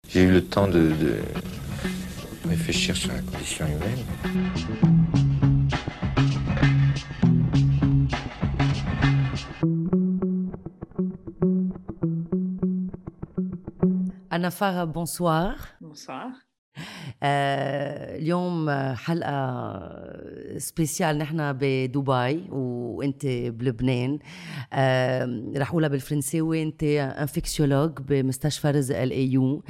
J'ai eu le temps de réfléchir sur la condition humaine. أنا فارا بونسوار. Bonsoir. اليوم حلقة سبيسيال. نحن بدبي وانت بلبنان. رح اقولها بالفرنساوي. انت انفكسيولوج بمستشفى رزق الايو.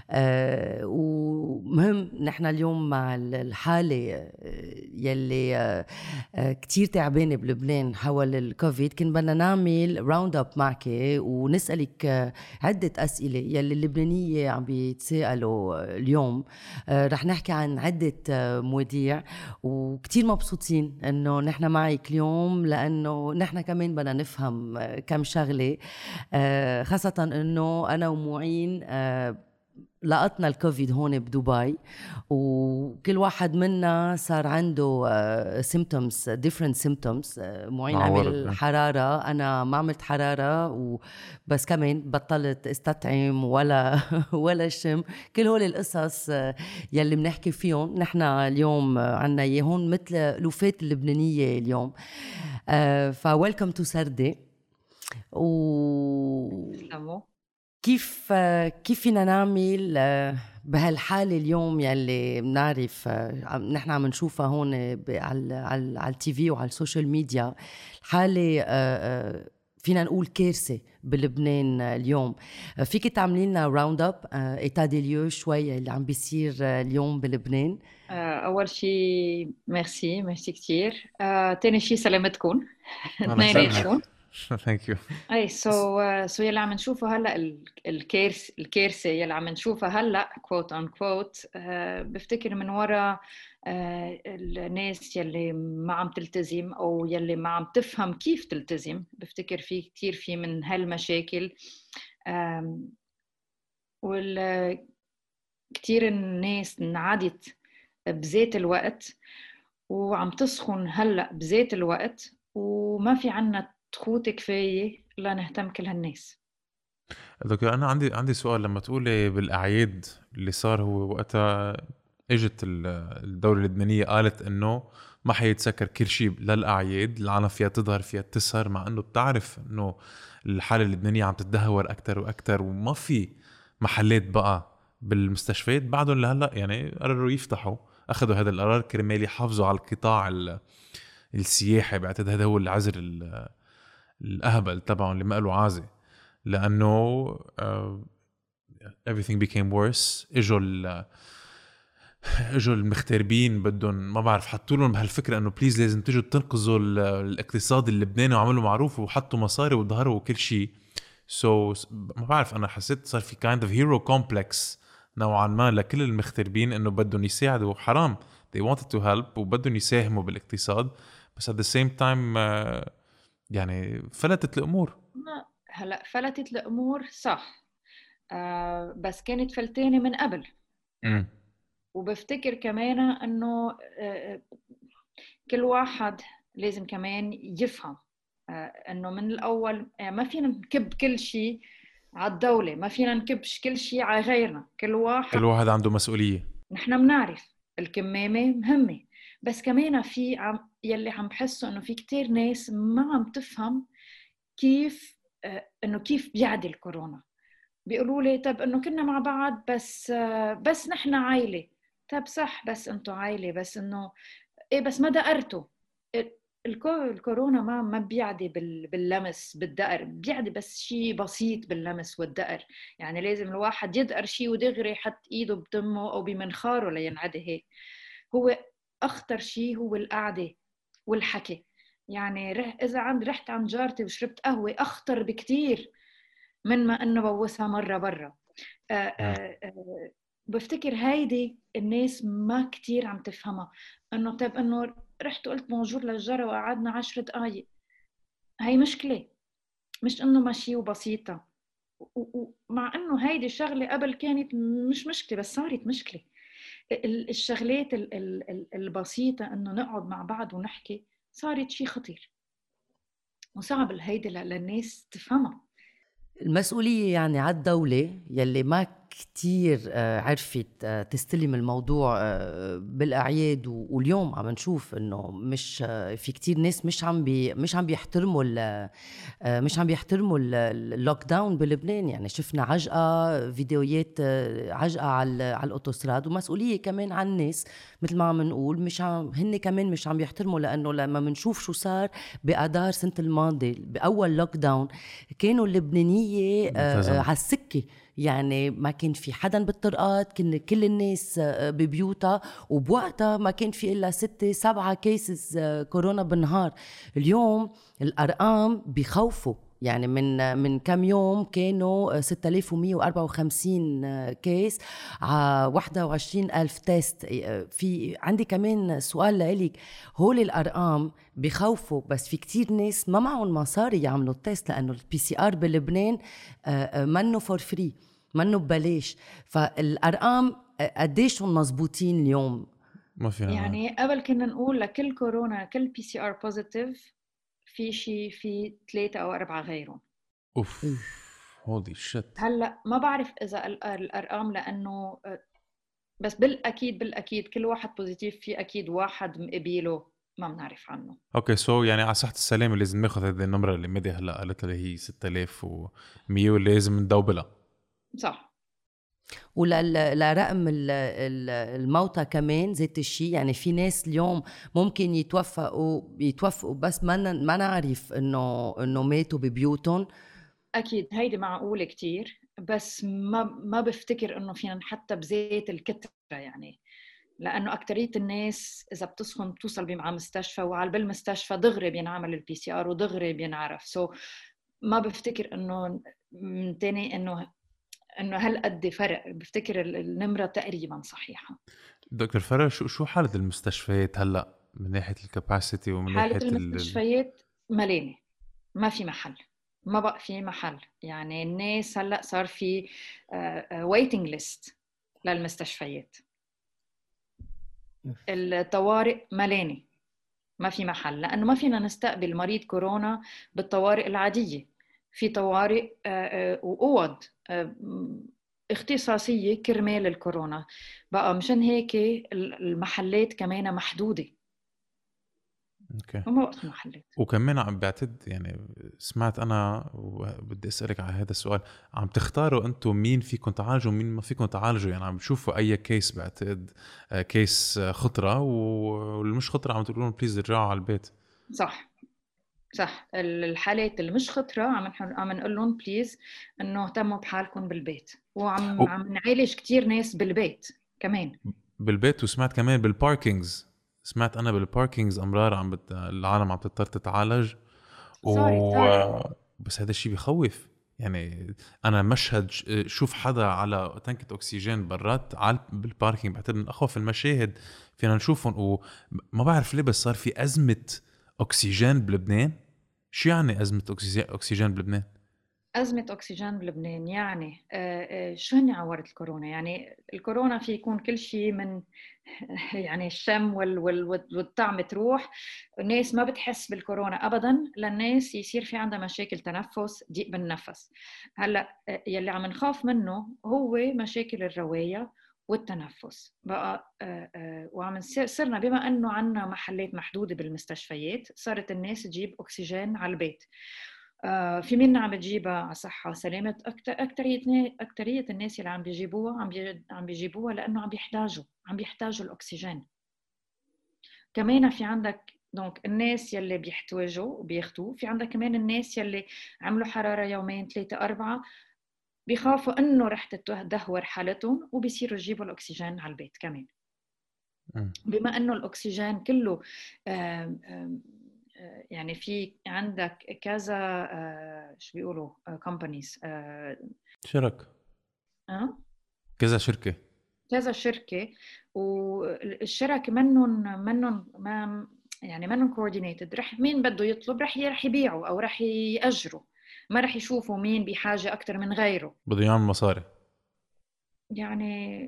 ومهم نحن اليوم مع الحالة يلي كتير تعبانة بلبنان حول الكوفيد. كن بدنا نعمل راوند اب معك ونسألك عدة أسئلة يلي اللبنانية عم بيتسألوا اليوم. رح نحكي عن عدة مواضيع وكتير مبسوطين انه نحن معك اليوم، لانه نحن كمان بدنا نفهم كم شغلة، خاصة انه انا ومعين لقطنا الكوفيد هون بدبي، وكل واحد منا صار عنده symptoms different symptoms. معين عمل حرارة، أنا ما عملت حرارة بس كمان بطلت استطعم ولا شم. كل هول القصص يلي بنحكي فيهم نحن اليوم عنا إياهم مثل ألوفات اللبنانية اليوم. فويلكم تو سردي. كيف فينا نعمل بهالحالة اليوم يلي بنعرف نحن عم نشوفها هون على التي في وعلى السوشيال ميديا؟ الحالة فينا نقول كارثة بلبنان اليوم. فيك تعملي لنا راوند اب ايتا دي ليو شوي اللي عم بيصير اليوم بلبنان؟ أول شيء ميرسي كتير. تاني شيء سلامتكم اثنيناتكم. ثانك يو. اي سو يلي عم نشوفه هلا الكارثه يلي عم نشوفها هلا كوت ان كوت. بفتكر من وراء الناس يلي ما عم تلتزم او يلي ما عم تفهم كيف تلتزم. بفتكر في كتير في من هالمشاكل، كتير الناس انعدت بذات الوقت وعم تسخن هلأ بذات الوقت، وما في عنا تخوت كفاية لنهتم كل هالناس. دكتور، أنا عندي سؤال. لما تقولي بالأعياد اللي صار، هو وقتها اجت الدولة اللبنانية قالت إنه ما حيتسكر كل شيء للأعياد، العالم فيها تظهر فيها تسهر، مع إنه بتعرف إنه الحالة اللبنانية عم تتدهور أكتر وأكتر، وما في محلات بقى بالمستشفيات بعدهم لهلا. يعني قرروا يفتحوا، أخذوا هذا القرار كرمال يحافظوا على القطاع السياحي. بعتقد هذا هو العذر الأهبل تبعهم اللي ما قالوا عازي، لأنه everything became worse. اجوا المغتربين بدهم، ما بعرف، حطوا لهم بهالفكرة انه بليز لازم تجوا تنقذوا الاقتصاد اللبناني، وعملوا معروف وحطوا مصاري وظهروا وكل شيء. ما بعرف، انا حسيت صار في kind of hero complex نوعا ما لكل المغتربين، انه بدهم يساعدوا. حرام، they wanted to help وبدهم يساهموا بالاقتصاد، بس at the same time يعني فلتت الامور. هلا فلتت الامور صح، بس كانت فلتانة من قبل. وبفتكر كمان انه كل واحد لازم كمان يفهم انه من الاول ما فينا نكب كل شيء على الدولة، ما فينا نكبش كل شيء على غيرنا. كل واحد عنده مسؤولية. نحن بنعرف الكمامة مهمة، بس كمان في يلي عم بحسوا انه في كتير ناس ما عم تفهم كيف انه كيف بيعدي الكورونا. بيقولوا لي طب انه كنا مع بعض بس نحن عائلة. طب صح، بس انتوا عائلة، بس انه ايه، بس ما دقرتوا. الكورونا ما بيعدي باللمس بالدقر، بيعدي بس شيء بسيط باللمس والدقر. يعني لازم الواحد يدقر شيء ودغري يحط ايده بتمه او بمنخاره لينعدي هيك. هو اخطر شيء هو القعدة والحكي. يعني اذا رحت عند جارتي وشربت قهوة اخطر بكتير من ما انه بوسها مرة برا. بفتكر هيدي الناس ما كتير عم تفهمها. انه طيب انه رحت قلت بونجور للجارة وقعدنا 10 دقايق، هاي مشكلة، مش انه ماشي وبسيطة. ومع انه هيدي الشغلة قبل كانت مش مشكلة، بس صارت مشكلة. الشغلات البسيطة انه نقعد مع بعض ونحكي صارت شيء خطير، وصعب هيدي للناس تفهمها. المسؤولية يعني على الدولة يلي ما كتير عرفت تستلم الموضوع بالأعياد، واليوم عم نشوف إنه مش في كتير ناس مش عم بيحترموا مش عم بيحترموا اللوك داون بلبنان. يعني شفنا عجقة فيديوهات عجقة على الأوتوستراد، ومسؤولية كمان عن الناس مثل ما عم نقول. هن كمان مش عم بيحترموا، لأنه لما منشوف شو صار بأدار سنة الماضي بأول لوك داون كانوا اللبنانية على السكة. يعني ما كان في حدا بالطرقات، كان كل الناس ببيوتها، وبوقتها ما كان في إلا 6-7 كيسز كورونا بالنهار. اليوم الأرقام بيخوفوا. يعني من كم يوم كانوا 6154 كيس على 21,000 تيست. في عندي كمان سؤال لإلك، هول الأرقام بيخوفوا، بس في كتير ناس ما معهم مصاري يعملوا التيست، لأنه الPCR بلبنان منه فور فري، منه ببلاش. فالأرقام قديش هم مزبوطين اليوم؟ ما فينا يعني قبل كنا نقول لكل كورونا كل PCR بوزيتيف في 3 أو 4 غيرهم. اوف هولي شيت. هلا ما بعرف اذا الارقام، لانه بس بالاكيد كل واحد بوزيتيف في اكيد واحد مقبيله ما بنعرف عنه. اوكي سو يعني على صحة السلامة لازم ناخذ هذه النمرة اللي مدي هلا قالت اللي هي 6100 ولازم ندوبلها. صح. ولرقم الموتى كمان ذات الشيء. يعني في ناس اليوم ممكن يتوفقوا بس ما نعرف انه ماتوا ببيوتهم. اكيد هيدي معقولة كتير، بس ما بفتكر انه فينا حتى بزيت الكترة. يعني لانه اكترية الناس اذا بتسخن بتوصل على مستشفى، وعلى بالمستشفى دغري بينعمل الPCR ودغري بينعرف. ما بفتكر انه تاني انه هالقد فرق. بفتكر النمرة تقريبا صحيحة. دكتور فرا شو حالة المستشفيات هلا من ناحية الكاباسيتي ومن حالة ناحية المستشفيات مليانة، ما في محل، ما بقى في محل. يعني الناس هلأ صار في waiting list للمستشفيات. الطوارئ مليانة، ما في محل، لأنه ما فينا نستقبل مريض كورونا بالطوارئ العادية. في طوارئ وأوض اختصاصية كرمال الكورونا. بقى مشان هيك المحلات كمان محدودة. اوكي. وما وقت محلات. وكمان عم بعتد يعني سمعت انا وبدي اسالك على هذا السؤال، عم تختاروا انتم مين فيكم تعالجوا ومين ما فيكم تعالجوا؟ يعني عم بتشوفوا اي كيس بعتقد كيس خطره واللي مش خطره عم تقولوا لهم بليز ارجعوا على البيت. صح. الحالات اللي مش خطرة عم نقول لهم بليز انه اهتموا بحالكم بالبيت. عم نعالج كتير ناس بالبيت كمان. بالبيت. وسمعت كمان بالباركينجز، سمعت انا بالباركينجز امرار العالم عم تضطر تتعالج صارت. بس هذا الشيء بيخوف. يعني انا مشهد شوف حدا على تنكة اكسجين برات بالباركينج بعتقد من اخوف المشاهد فينا نشوفهم. وما بعرف ليه بس صار في ازمة اكسجين بلبنان. شو يعني ازمة اكسجين بلبنان؟ أزمة أكسجين بلبنان يعني شو هني عورت الكورونا؟ يعني الكورونا في يكون كل شيء من يعني الشم والطعم تروح. الناس ما بتحس بالكورونا أبداً، للناس يصير في عندها مشاكل تنفس، ضيق بالنفس. هلأ يلي عم نخاف منه هو مشاكل الرواية والتنفس بقى. وعم صرنا بما أنه عنا محلات محدودة بالمستشفيات، صارت الناس تجيب أكسجين على البيت. في منا عم بتجيبها على صحة سلامة. أكترية الناس اللي عم بيجيبوها عم بيجيبوها لأنه عم بيحتاجوا الأكسجين. كمان في عندك دونك الناس يلي بيحتاجوا وبياخدوه. في عندك كمان الناس يلي عملوا حرارة 2-3-4 بيخافوا إنه رح تدهور حالتهم، وبيصيروا يجيبوا الأكسجين على البيت كمان. بما إنه الأكسجين كله يعني في عندك كذا شو بيقولوا companies شرك كذا شركة والشرك منن ما يعني منن coordinated. رح مين بده يطلب رح يبيعوا او رح يأجروا، ما رح يشوفوا مين بحاجة أكتر من غيره. بده يعمل مصاري يعني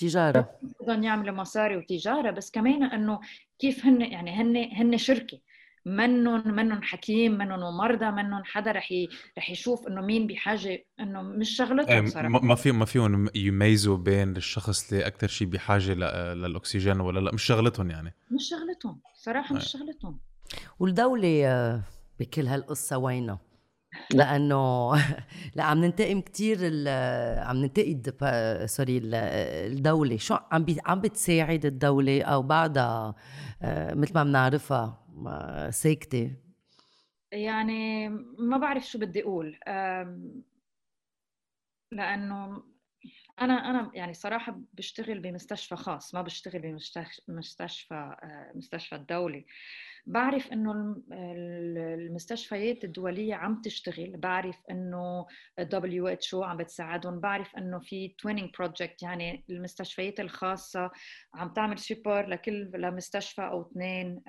تجارة. بدهم يعملوا مصاري وتجارة، بس كمان انه كيف هن يعني هن شركة. منن حكيم، منن مرضى، منن حدا رح يشوف انه مين بحاجه، انه مش شغلتهم صراحه. ما فيهم يميزوا بين الشخص اللي اكثر شيء بحاجه للاكسجين ولا لا، مش شغلتهم يعني. مش شغلتهم صراحه، مش شغلتهم. والدولة بكل هالقصة وينها؟ لأنه لا عم ننتقم كتير عم ننتقد سوري الدولة. شو عم بتساعد الدولة أو بعدها مثل ما بنعرفها ساكتة؟ يعني ما بعرف شو بدي أقول، لأنه أنا يعني صراحة بشتغل بمستشفى خاص، ما بشتغل مستشفى الدولي. بعرف إنه المستشفيات الدولية عم تشتغل، بعرف إنه WHO عم بتساعدهم، بعرف إنه في twinning project، يعني المستشفيات الخاصة عم تعمل سوبر لكل مستشفى أو 2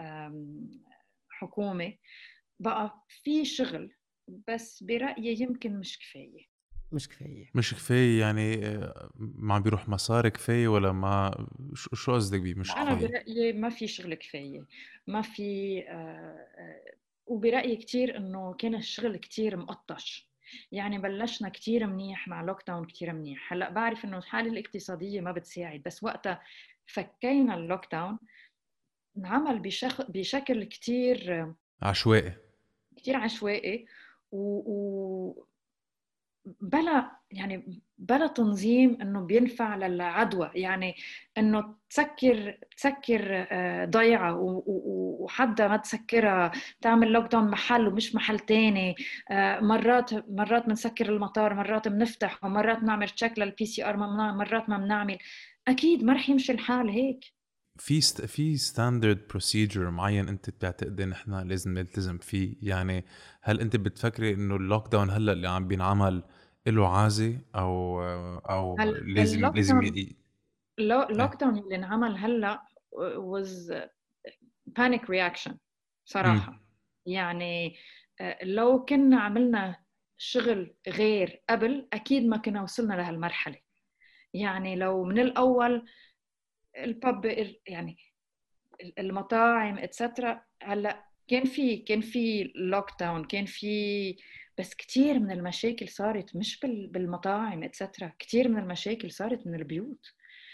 حكومة. بقى في شغل، بس برأيي يمكن مش كفاية. مش كفاية يعني ما عم بيروح مصاري كفاية ولا ما شو قصدك بيه مش أنا كفاية؟ برأيي ما في شغل كفاية، ما في وبرأيي كتير إنه كان الشغل كتير مقطش. يعني بلشنا كتير منيح مع لوك داون، كتير منيح. هلأ بعرف إنه الحالة الاقتصادية ما بتساعد، بس وقتها فكينا اللوك داون انعمل بشكل كتير عشوائي. كتير عشوائي، و بلا تنظيم انه بينفع للعدوى. يعني انه تسكر ضيعه وحدا ما تسكرها، تعمل لوك داون محل ومش محل تاني. مرات بنسكر المطار، مرات بنفتح، ومرات بنعمل تشيك للPCR، مرات ما بنعمل. اكيد ما رح يمشي الحال هيك. في ستاندرد بروسيجر معين انت بتعتقدي نحن لازم نلتزم فيه؟ يعني هل انت بتفكري انه اللوك داون هلا اللي عم بينعمل له عازي او لازم اللوك داون ايه؟ اللوك داون اللي انعمل هلا was panic reaction صراحة. يعني لو كنا عملنا شغل غير قبل أكيد ما كنا وصلنا لهالمرحلة. يعني لو من الأول الباب، يعني المطاعم اتسترا، هلا كان في لوك داون، كان في، بس كتير من المشاكل صارت مش بالمطاعم اتسترا، كتير من المشاكل صارت من البيوت.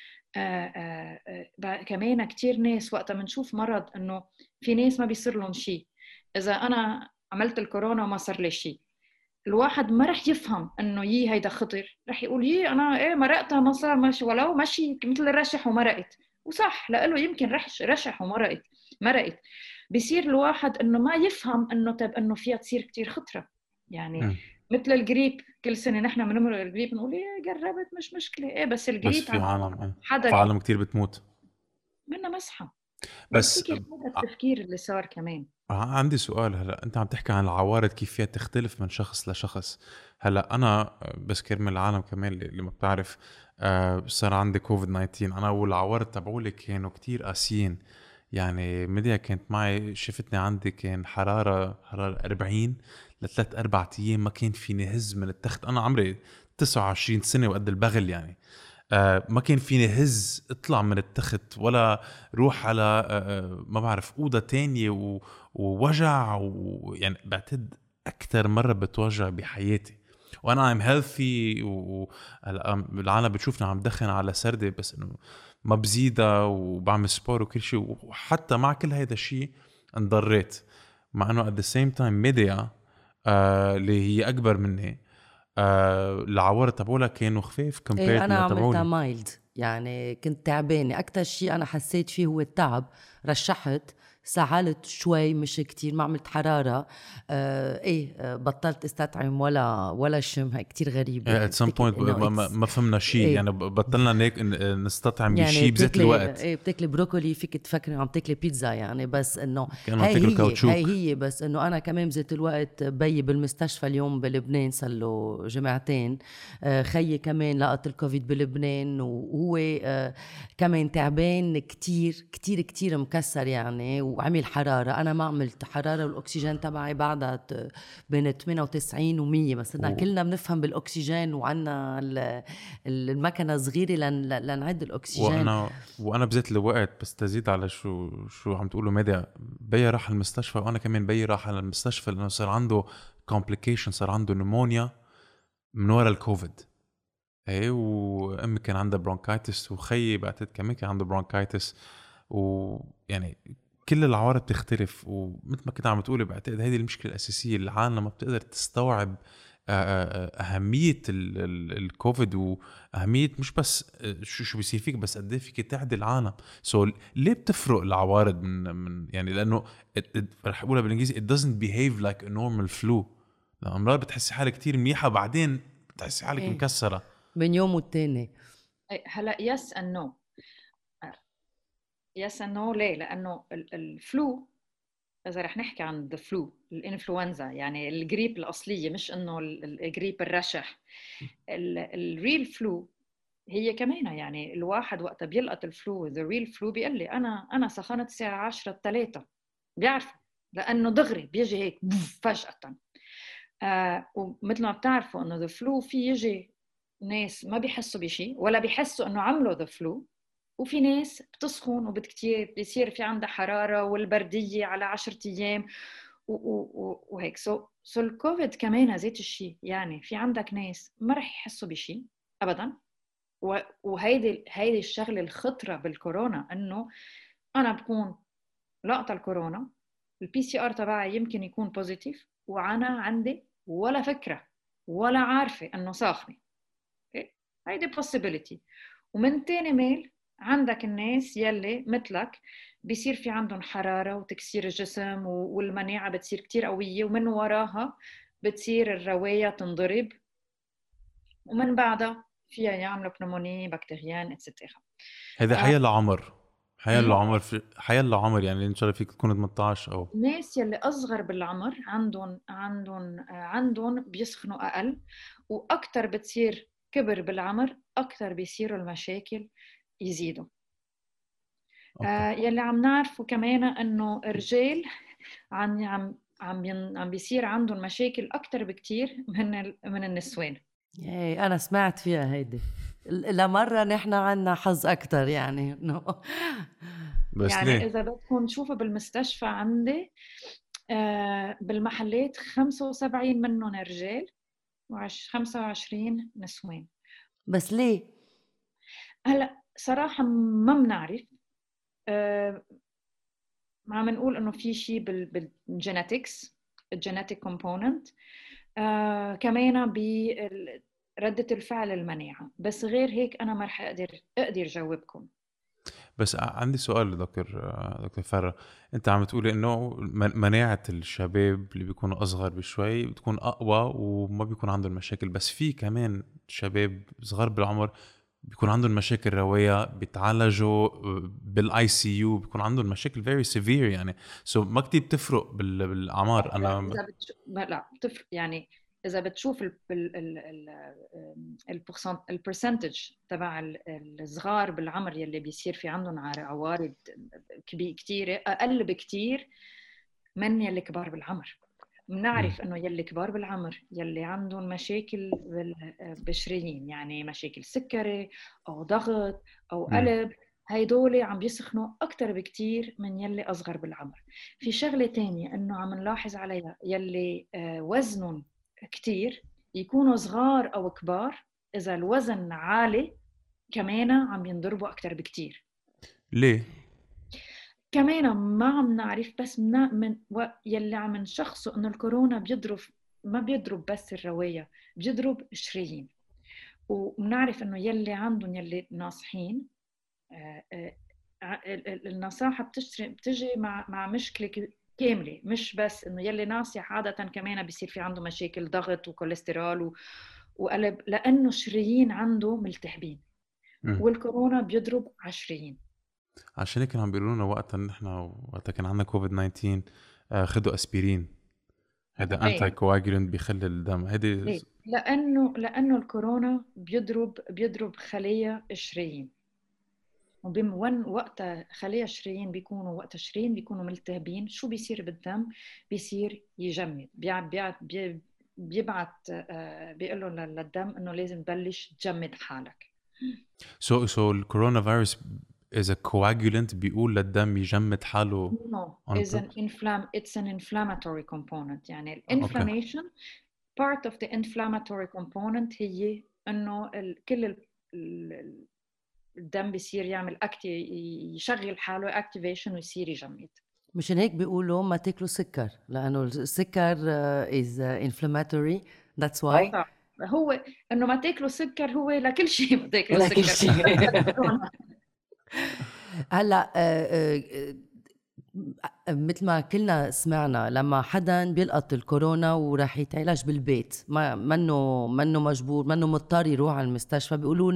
كمان كتير ناس وقتها بنشوف مرض انه في ناس ما بيصير لهم شيء. اذا انا عملت الكورونا وما صار لي شيء، الواحد ما رح يفهم انه هيدا خطر، رح يقول انا مرقتها ما صار ماشي، ولو ماشي مثل الرشح ومرقت. وصح، لقله يمكن رشح مرقت. بيصير الواحد انه ما يفهم انه طب انه فيها تصير كتير خطره. يعني مثل الجريب، كل سنه نحن بنمرق الجريب بنقول جربت مش مشكله، بس بس الجريب في عالم حدا في عالم كتير بتموت. منا مسحه. بس بفتكر هذا التفكير اللي صار كمان. عندي سؤال. هلا انت عم تحكي عن العوارض كيف فيها تختلف من شخص لشخص. هلا انا بس كرمال العالم كمان اللي ما بتعرف، صار عندي كوفيد 19 انا، والعوارض تبعولي كانوا كتير قاسيين. يعني ميديا كانت معي، شفتني عندي كان حرارة 40 لثلاث 4 أيام، ما كان فيني هز من التخت. أنا عمري 29 سنة وقد البغل يعني. ما كان فيني هز اطلع من التخت ولا روح على ما بعرف أوضة تانية، ووجع، ويعني بعتد أكتر مرة بتوجع بحياتي. وأنا I'm healthy، والعالم بتشوفنا عم دخن على سردة، بس إنه ما بزيدها وبعمل سبور وكل شيء. وحتى مع كل هيدا الشيء انضريت، مع إنه at the same time ميديا اللي هي أكبر مني العوارض تبعولها كانوا خفيف compared إيه أنا عملتها لتبعولي. مايلد، يعني كنت تعبانة. أكتر شيء أنا حسيت فيه هو التعب. رشحت، سعلت شوي مش كتير، ما عملت حرارة. بطلت استطعم ولا شم. هاي كتير غريبة. at some point ما فهمنا شيء. إيه. يعني بطلنا نستطعم يعني بشيء بذات الوقت. بتاكلي بروكولي فيك تفكري عم تاكلي بيتزا يعني. بس انه هاي هي بس انه انا كمان بذات الوقت بي بالمستشفى اليوم بلبنان صار له جمعتين. خيي كمان لقط الكوفيد بلبنان، وهو كمان تعبان كتير كتير كتير مكسر يعني. وعمل حرارة. أنا ما عملت حرارة والأكسجين تبعي بعدها بين 98 و100، بس إننا كلنا بنفهم بالأكسجين وعنا المكنة صغيرة لنعد الأكسجين. وانا بذات الوقت بس تزيد على شو عم تقولوا مدى بي راح المستشفى، وانا كمان بي راح على المستشفى لانه صار عنده complication، صار عنده نمونيا من وراء الكوفيد. ايه، وامي كان عندها برونكايتس، وخيي بعتقد كمان كان عنده برونكايتس، ويعني كل العوارض بتختلف. ومثل ما كنت عم تقولي بعتقد هذه المشكله الاساسيه، العالم ما بتقدر تستوعب أهمية الكوفيد، وأهمية مش بس شو بيصير فيك، بس قد ايه فيك تعدي العالم. ليه بتفرق العوارض من يعني لأنه رح أقولها بالإنجليزي it doesn't behave like a normal flu. الأمراض بتحسي حالك كتير منيحة، بعدين بتحسي حالك مكسرة من يوم والتاني. هلا يس and no. يس and no ليه؟ لأنه الفلو، إذا رح نحكي عن the flu الإنفلونزا، يعني الجريب الأصلية، مش إنه الجريب الرشح. الريل فلو هي كمان، يعني الواحد وقت بيلقط الفلو the real flu بيقول لي أنا سخنت الساعة 10:03، بيعرف لأنه دغري بيجي هيك فجأة. ومثل ما بتعرفوا إنه the flu في يجي ناس ما بيحسوا بشيء ولا بيحسوا إنه عملوا the flu، وفي ناس بتسخن وبتكتير بيصير في عندها حرارة والبردية على 10 أيام وهيك. سو الكوفيد كمان ذات الشيء، يعني في عندك ناس ما رح يحسوا بشيء أبداً. وهيدي الشغلة الخطرة بالكورونا، إنه أنا بكون لقطة الكورونا، الPCR تبعي يمكن يكون بوزيتيف، وأنا عندي ولا فكرة ولا عارفة إنه ساخنة. هيدي possibility. ومن تاني ميل عندك الناس يلي مثلك بيصير في عندهم حرارة وتكسير الجسم والمناعة بتصير كتير قوية، ومن وراها بتصير الرواية تنضرب، ومن بعدها فيها يعملوا بنمونية بكتيريان اتسترا. هذا حيال العمر، حيال العمر يعني إن شاء الله فيك تكون 18 أو الناس يلي أصغر بالعمر عندهم بيسخنوا أقل، وأكتر بتصير كبر بالعمر أكتر بيصيروا المشاكل يزيدوا. يلي عم نعرفه كمان إنه الرجال عم بيصير عندهم مشاكل أكتر بكتير من النسوان. ايه أنا سمعت فيها هيدي لمرة. نحن عنا حظ أكتر يعني بس يعني ليه؟ إذا بدكم تشوفوا بالمستشفى عندي بالمحلات 75 منهم رجال و25 نسوان. بس ليه؟ هلا صراحة ما بنعرف. عم نقول إنه في شيء بالجينيتكس، الجينيتيك كومبوننت، كمان بردة الفعل المناعة، بس غير هيك أنا ما رح أقدر جاوبكم. بس عندي سؤال دكتور فرة، انت عم تقولي انه مناعة الشباب اللي بيكونوا اصغر بشوي بتكون اقوى وما بيكون عندهم مشاكل، بس في كمان شباب صغار بالعمر بيكون عندهم مشاكل رواية، بيتعالجوا بالاي سي يو، بيكون عندهم مشاكل very severe يعني. ما كتير بتفرق بالاعمار. انا لا بتفرق، يعني إذا بتشوف البرسنتج تبع الصغار بالعمر يلي بيصير في عندهم عوارض كتيرة أقل بكتير من يلي كبار بالعمر. بنعرف إنه يلي كبار بالعمر يلي عندهم مشاكل بشريين، يعني مشاكل سكري أو ضغط أو قلب، هيدول عم بيسخنوا أكتر بكتير من يلي أصغر بالعمر. في شغلة تانية إنه عم نلاحظ عليها، يلي وزنهم كتير يكونوا صغار أو كبار، إذا الوزن عالي كمان عم ينضربوا أكتر بكتير. ليه؟ كمان ما عم نعرف، بس يلي عم نشخصه إنه الكورونا ما بيضرب بس الرواية، بيضرب الشرايين. وبنعرف إنه يلي ناصحين، النصاحة بتجي مع مشكلة كاملة، مش بس إنه يلي ناصح عادة كمان بيصير في عنده مشاكل ضغط وكوليسترول وقلب، لأنه الشرايين عنده ملتهبين، والكورونا بيضرب على الشرايين. عشان هيك عم بيقولوا لنا وقتها كان عندنا كوفيد 19 خدوا اسبرين، هذا انتي كواجولنت بيخلي الدم. هذه لأنه الكورونا بيضرب خلية الشرايين. وقت خلايا الشرايين بيكونوا وقت الشرايين بيكونوا ملتهبين، شو بيصير بالدم؟ بيصير يجمد، بيبعت بيقول له للدم انه لازم تبلش تجمد حالك. So الكورونا فيروس is a coagulant بيقول للدم يجمد حاله. No, on it's an inflammatory component. يعني okay. inflammation part of the inflammatory component هي انه كل الدم بيصير يعمل يشغل حاله activation ويصير يجمد. مشان هيك بيقولوا ما تاكلوا سكر، لانه السكر is inflammatory. That's why. هو انه ما تاكلوا سكر هو لكل شيء ما تاكلوا لكل سكر. شيء. هلا مثل ما كلنا سمعنا لما حدا بيلقط الكورونا وراح يتعالج بالبيت، منه مجبور، منه مضطر يروح على المستشفى،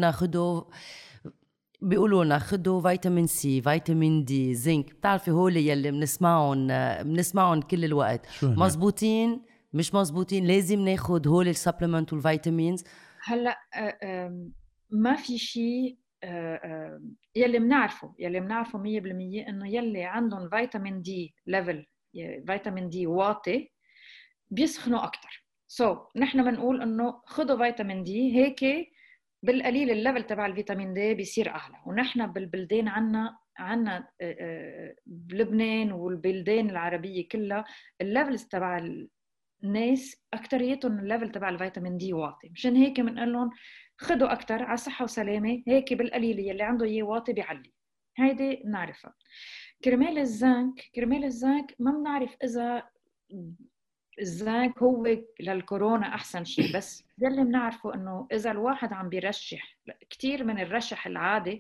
بيقولوا لنا خدوا فيتامين سي، فيتامين دي، زنك. بتعرفي هول يلي بنسمعهم كل الوقت. مزبوطين مش مزبوطين؟ لازم ناخد هول السبلمنت والفيتامينز. هلا ما في شيء يلي بنعرفه 100% انه يلي عندهم فيتامين دي ليفل، فيتامين دي واطي، بيسخنوا اكثر. نحن بنقول انه خدوا فيتامين دي، هيك بالقليل الليفل تبع الفيتامين دي بيصير اعلى. ونحن بالبلدان عنا بلبنان والبلدان العربيه كلها الليفلز تبع الناس اكثريتهم الليفل تبع الفيتامين دي واطي، مشان هيك بنقول لهم خدوا اكثر على صحه وسلامه، هيك بالقليل يلي عنده اياه واطي بيعلي. هيدي بنعرفها. كرمال الزنك ما بنعرف اذا الزنك هو للكورونا احسن شيء، بس يلي بنعرفه انه اذا الواحد عم بيرشح كثير من الرشح العادي،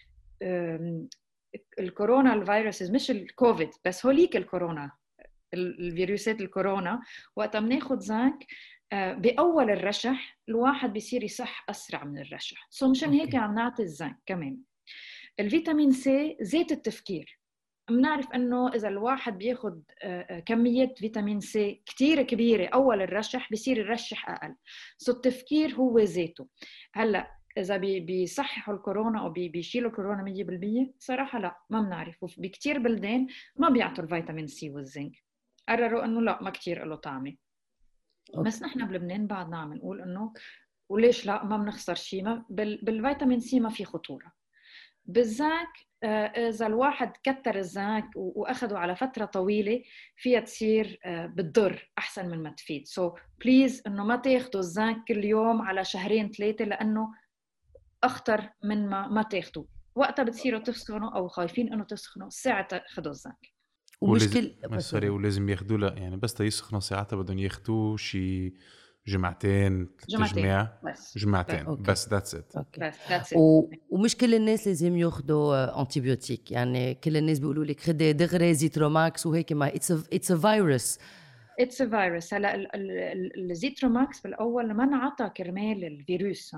الكورونا الفيروس مش الكوفيد بس، هوليك الكورونا الفيروسات الكورونا، وقت بناخد زنك باول الرشح الواحد بيصير يصح اسرع من الرشح. مشان هيك عم نعطي الزنك. كمان الفيتامين سي زيت التفكير. بنعرف انه اذا الواحد بياخد كميه فيتامين سي كتير كبيره اول الرشح بيصير الرشح اقل. التفكير هو زيته. هلا اذا بيصححوا الكورونا او بيشيلوا الكورونا 100%، صراحه لا، ما بنعرف. وبكتير بلدان ما بيعطوا الفيتامين سي والزنك، قرروا انه لا ما كتير له طعمه. بس نحن بلبنان بعدنا عم نقول انه وليش لا، ما بنخسر شيء. بالفيتامين سي ما في خطوره. بالزنك اذا الواحد كتر الزنك واخده على فتره طويله فيها تصير بتضر احسن من ما تفيد. بليز انه ما تاخذوا الزنك كل يوم على شهرين 3، لانه اخطر من ما تاخذوا. وقتها بتصيروا تسخنوا او خايفين انه تسخنوا، ساعتها خذوا الزنك. ولازم ياخذوا له، يعني بس يسخنوا ساعتها بدهم ياخذوا شي جمعتين بس that's it. ومش كل الناس لازم ياخذوا انتيبيوتيك. يعني كل الناس بيقولوا لك خدي دغري زيتروماكس وهيك، ما it's a virus. هلا الزيتروماكس بالاول ما انعطى كرمال الفيروس.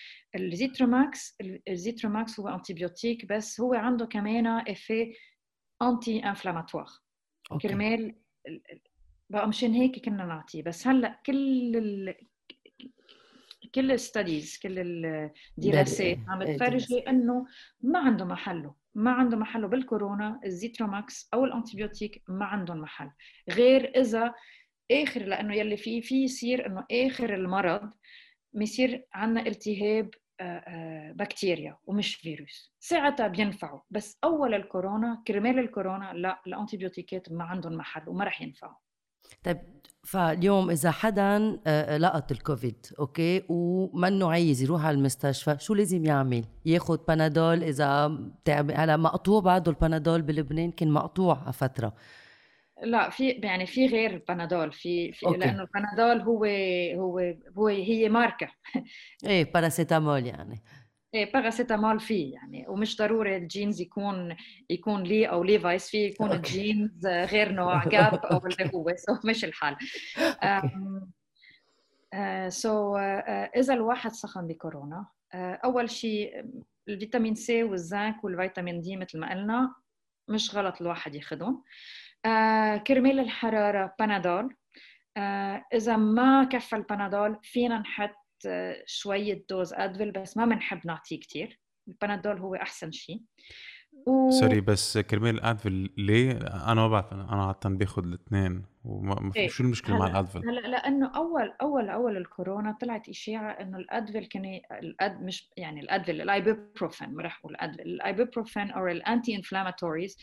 الزيتروماكس هو انتيبيوتيك، بس هو عنده كمان افي انتي انفلاماتوار كرمال بقى. مشان هيك كنا نعطيه. بس هلا كل الستاديز، كل الدراسات عم تفرجي انه ما عنده محله بالكورونا. الزيتروماكس او الانتيبيوتيك ما عندهم محل، غير اذا اخر، لانه يلي فيه يصير انه اخر المرض بيصير عندنا التهاب بكتيريا ومش فيروس، ساعتها بينفعوا. بس اول الكورونا كرمال الكورونا لا، الانتيبيوتيكات ما عندهم محل وما رح ينفعوا. طيب فاليوم إذا حدا لقط الكوفيد أوكي ومنه عايز يروح على المستشفى، شو لازم يعمل؟ ياخد بانادول إذا هلا مقطوع بعده البانادول بلبنان، كان مقطوع على فترة. لا، في غير بانادول، في لأنه البانادول هي ماركة. إيه باراسيتامول يعني. ايه باراسيتامول فيه يعني، ومش ضروري الجينز يكون لي او ليفايس، فيه يكون الجينز غير نوع جاب او اللي هو مش الحال. اذا الواحد سخن بكورونا، اول شيء الفيتامين سي والزنك والفيتامين دي مثل ما قلنا مش غلط الواحد ياخذهم. كرمال الحراره بانادول. اذا ما كفى البانادول فينا نحط شوية دوز أدفل، بس ما بنحب نعطيه كتير البانادول هو أحسن شيء. سوري بس كرمال الادفل ليه؟ انا ما بعرف، انا عادة باخد الاثنين وما إيه، شو المشكله مع الادفل؟ هلا لانه اول الكورونا طلعت اشاعه انه الادفل كان مش يعني الادفل الايبوبروفين، ما راح اقول الادفل، الايبوبروفين او الانتي انفلاماتوريز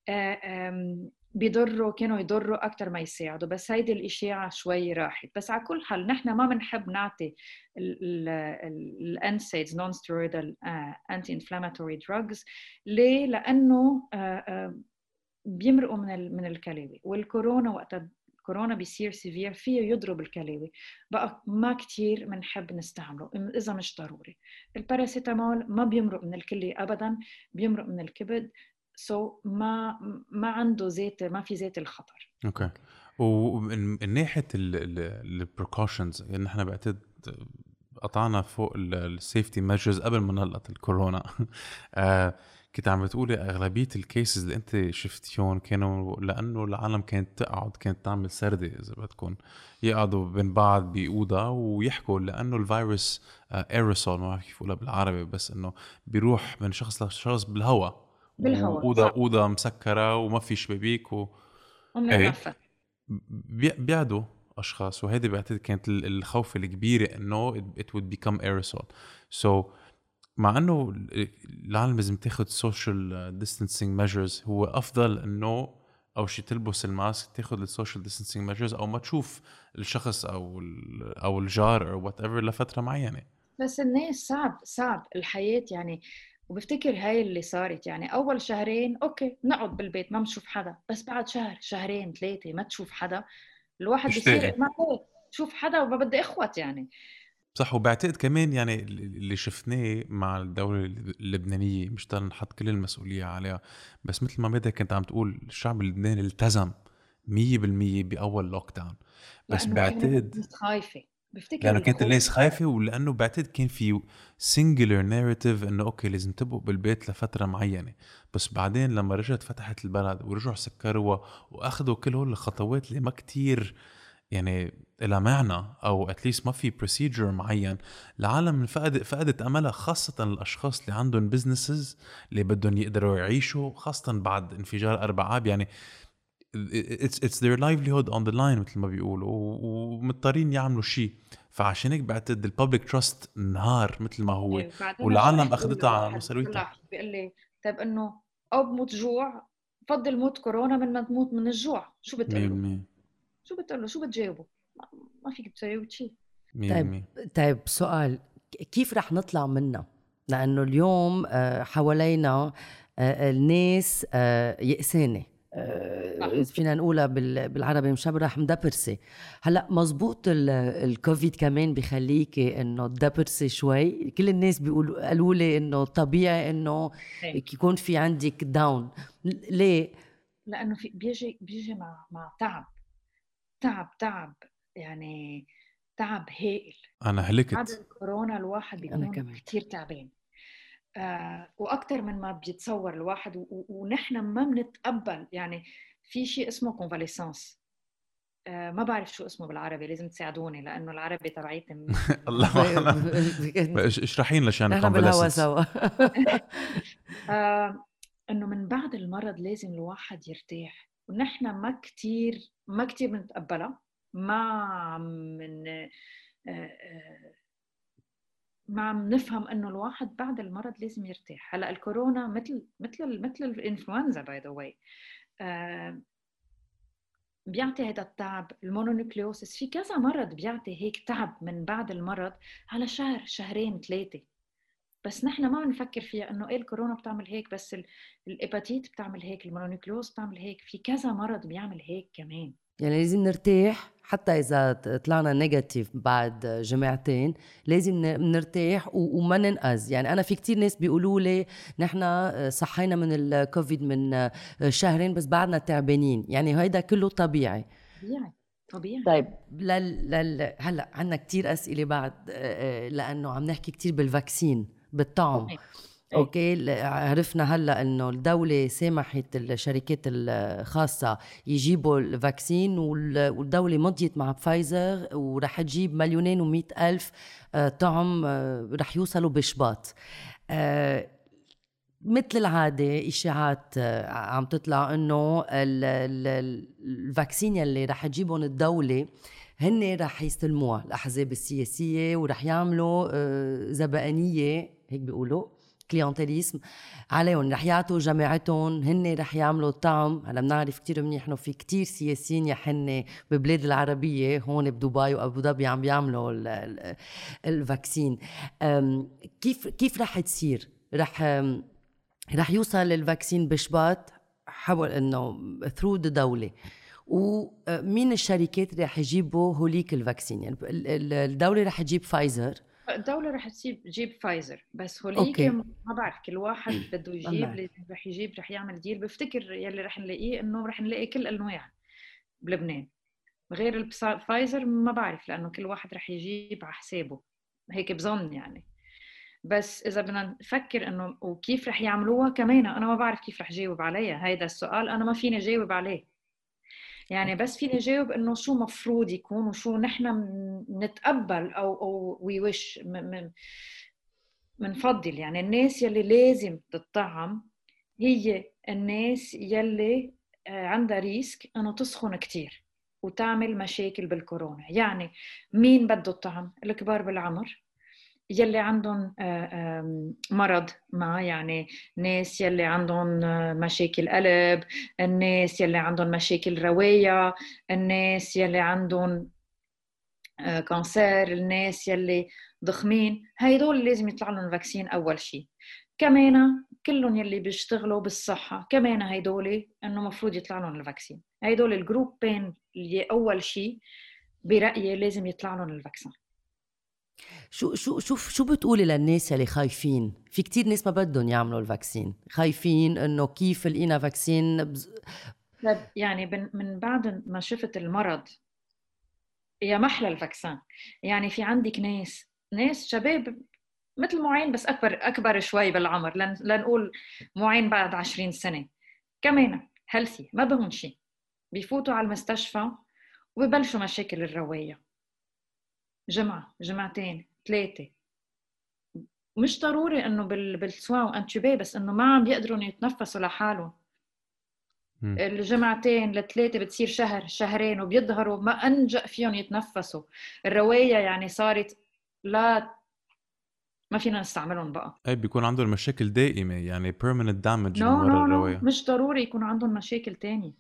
بيضروا، كانوا يضروا اكثر ما يساعدوا، بس هيدي الاشاعه شوي راحت. بس على كل حال نحن ما بنحب نعطي الانسيدز نون ستيرويدال انتي انفلاماتوري دراجز. ليه؟ لانه بيمرقوا من الكلاوي، والكورونا وقت الكورونا بيصير سيفير فيه يضرب الكلاوي، بقى ما كتير بنحب نستعمله إذا مش ضروري. الباراسيتامول ما بيمرق من الكلى أبدا، بيمرق من الكبد، ما عنده زيت، ما في زيت الخطر. اوكي. ومن ناحيه البريكوشنز، يعني احنا بعتقد قطعنا فوق السيفتي ميجرز قبل ما نلقط الكورونا. كنت عم بتقولي اغلبيه الكيسز اللي انت شفتيهم كانوا لانه العالم كانت تقعد، كانت تعمل سردة اذا بدكم، يقعدوا بين بعض باوضه ويحكوا، لانه الفيروس ايروسول، ما بعرف كيف اقولها بالعربي، بس انه بيروح من شخص لشخص بالهواء، اوضه مسكره وما في شبابيك ومنتنفس. بيعدوا اشخاص، وهذه بعتقد كانت الخوف الكبيره انه it would become aerosol. so مع انه العالم لازم تاخد social distancing measures، هو افضل انه او شي تلبس الماسك، تاخد السوشيال distancing measures، او ما تشوف الشخص او الجار او whatever لفتره معينه. بس الناس صعب الحياه يعني. وبفتكر هاي اللي صارت، يعني اول شهرين اوكي نقعد بالبيت ما بنشوف حدا، بس بعد شهر شهرين ثلاثه ما تشوف حدا، الواحد بيصير ما تشوف حدا وما بدي اخوت يعني. صح. وبعتقد كمان يعني اللي شفناه مع الدولة اللبنانية، مش ضل نحط كل المسؤولية عليها، بس مثل ما ميدا كنت عم تقول، الشعب اللبناني التزم 100% بأول لوك داون. بس بعتقد خايفة، بفتكر لأنه كانت الناس خايفة، ولأنه بعتقد كان في singular narrative إنه أوكي لازم تبقوا بالبيت لفترة معينة. بس بعدين لما رجعت فتحت البلد ورجعوا سكروا وأخذوا كل هول الخطوات اللي ما كتير يعني إلى معنى، أو أتليست ما في procedure معين، العالم فقدت أملها، خاصة الأشخاص اللي عندهم بيزنسز اللي بدهم يقدروا يعيشوا، خاصة بعد انفجار 4 آب. يعني it's their livelihood on the line مثل ما بيقولوا، ومضطرين يعملوا شيء. فعشان هيك بعتقد الببليك تراست انهار مثل ما هو، والعالم أخذتها على مسؤوليتها. بيقول لي طيب إنه أو بموت جوع، بفضل موت كورونا من ما تموت من الجوع. شو بتقول له؟ شو بتجاوبه؟ ما فيك تجاوب شيء. طيب سؤال، كيف رح نطلع منها؟ لأنه اليوم حوالينا الناس يأسانة، فينا نقولها بالعربي مش رح مدبرسي. هلا مزبوط الكوفيد كمان بيخليكي انه تدبرسي شوي. كل الناس قالوا لي انه طبيعي انه يكون في عندك داون. ليه؟ لانه في بيجي مع تعب يعني، تعب هائل. انا هلكت بعد الكورونا الواحد بيكون كتير تعبان، واكثر من ما بيتصور الواحد. ونحن ما بنتقبل يعني. في شيء اسمه كونفاليسانس، ما بعرف شو اسمه بالعربي، لازم تساعدوني لانه العربي تبعيتي الله. اشرحين لشان نحن بالهوا سوا. انه من بعد المرض لازم الواحد يرتاح، ونحن ما كتير بنتقبلها، ما عم نفهم انه الواحد بعد المرض لازم يرتاح. هلا الكورونا مثل الانفلونزا باي ذا واي، بيعطي هذا التعب. المونونيوكليوسيس في كذا مرض بيعطي هيك تعب من بعد المرض على شهر شهرين ثلاثه، بس نحن ما بنفكر فيها انه الكورونا بتعمل هيك، بس الهيباتيت بتعمل هيك، المونونيوكليوز بتعمل هيك، في كذا مرض بيعمل هيك كمان. يعني لازم نرتاح، حتى إذا طلعنا نيجاتيف بعد جمعتين لازم نرتاح وما ننقذ. يعني أنا في كتير ناس بيقولوا لي نحن صحينا من الكوفيد من شهرين بس بعدنا تعبانين، يعني هيدا كله طبيعي. طيب هلأ عنا كتير أسئلة بعد، لأنه عم نحكي كتير بالفاكسين بالطعم. اوكي، عرفنا هلا انه الدوله سمحت الشركات الخاصه يجيبوا الفاكسين، والدوله مضيت مع فايزر ورح تجيب 2,100,000 طعم رح يوصلوا بشباط. مثل العادة إشاعات عم تطلع إنه الفاكسين يلي رح تجيبهم الدولة هن رح يستلموها الأحزاب السياسية ورح يعملوا زبائنية هيك بيقولوا كليانتيليزم عليهم، رح يعطوا جماعتهم، هن رح يعملوا الطعم. هلا بنعرف كتير منيح انه في كتير سياسيين يحن ببلاد العربية هون بدبي وابو ظبي عم بيعملوا الفاكسين. كيف رح تصير؟ رح يوصل الفاكسين بشباط حول انه ثرو الدولة، ومين الشركات رح يجيبوا هوليك الفاكسين؟ يعني الدولة رح تجيب فايزر، الدولة رح تجيب فايزر، بس هوليك أوكي. ما بعرف كل واحد بده يجيب اللي رح يجيب، رح يعمل ديل. بفتكر يلي رح نلاقيه انه رح نلاقي كل الانواع بلبنان غير الفايزر، ما بعرف لانه كل واحد رح يجيب على حسابه، هيك بظن يعني. بس اذا بدنا نفكر انه وكيف رح يعملوها كمان، انا ما بعرف كيف رح جاوب عليها. هيدا السؤال انا ما فيني جاوب عليه، يعني بس فيني جاوب انه شو مفروض يكون وشو نحن نتقبل او وي ويش منفضل. يعني الناس يلي لازم تطعم هي الناس يلي عندها ريسك انه تسخن كتير وتعمل مشاكل بالكورونا. يعني مين بده الطعم؟ الكبار بالعمر يلي عندهم مرض، ما يعني ناس يلي عندهم مشاكل قلب، الناس يلي عندهم مشاكل رواية، الناس يلي عندهم كانسير، الناس يلي ضخمين. هيدول لازم يطلع لهم الفاكسين أول شيء. كمان كلهم يلي بيشتغلوا بالصحة كمان هيدول إنه مفروض يطلع لهم الفاكسين. هيدول الجروبين اللي أول شيء برأيي لازم يطلع لهم الفاكسين. شو بتقولي للناس اللي خايفين؟ في كتير ناس ما بدهم يعملوا الفاكسين، خايفين انه كيف لقينا فاكسين يعني من بعد ما شفت المرض يا محلى الفاكسين. يعني في عندك ناس شباب مثل معين بس اكبر شوي بالعمر، لنقول معين بعد 20 سنة كمان هيلثي ما بهم شيء، بيفوتوا على المستشفى وبيبلشوا مشاكل الرواية جمعة جمعتين 3. مش ضروري انه بالسوا وانتوبيه، بس انه ما عم بيقدروا يتنفسوا لحالهم. الجمعتين 3 بتصير شهر شهرين وبيظهروا ما انجأ فيهم يتنفسوا. الرواية يعني صارت لا ما فينا نستعملهم بقى. اي بيكون عندهم مشاكل دائمة، يعني permanent damage من نو ورا نو الرواية. مش ضروري يكون عندهم مشاكل تانية،